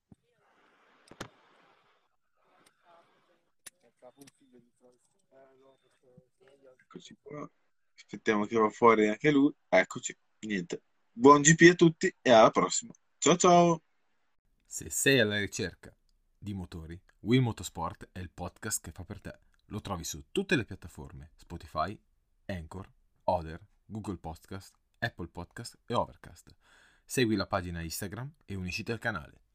Eccoci qua. Aspettiamo che va fuori anche lui. Eccoci. Niente. Buon GP a tutti e alla prossima. Ciao ciao. Se sei alla ricerca di motori, Will Motorsport è il podcast che fa per te. Lo trovi su tutte le piattaforme: Spotify, Anchor, Other, Google Podcast, Apple Podcast e Overcast. Segui la pagina Instagram e unisciti al canale.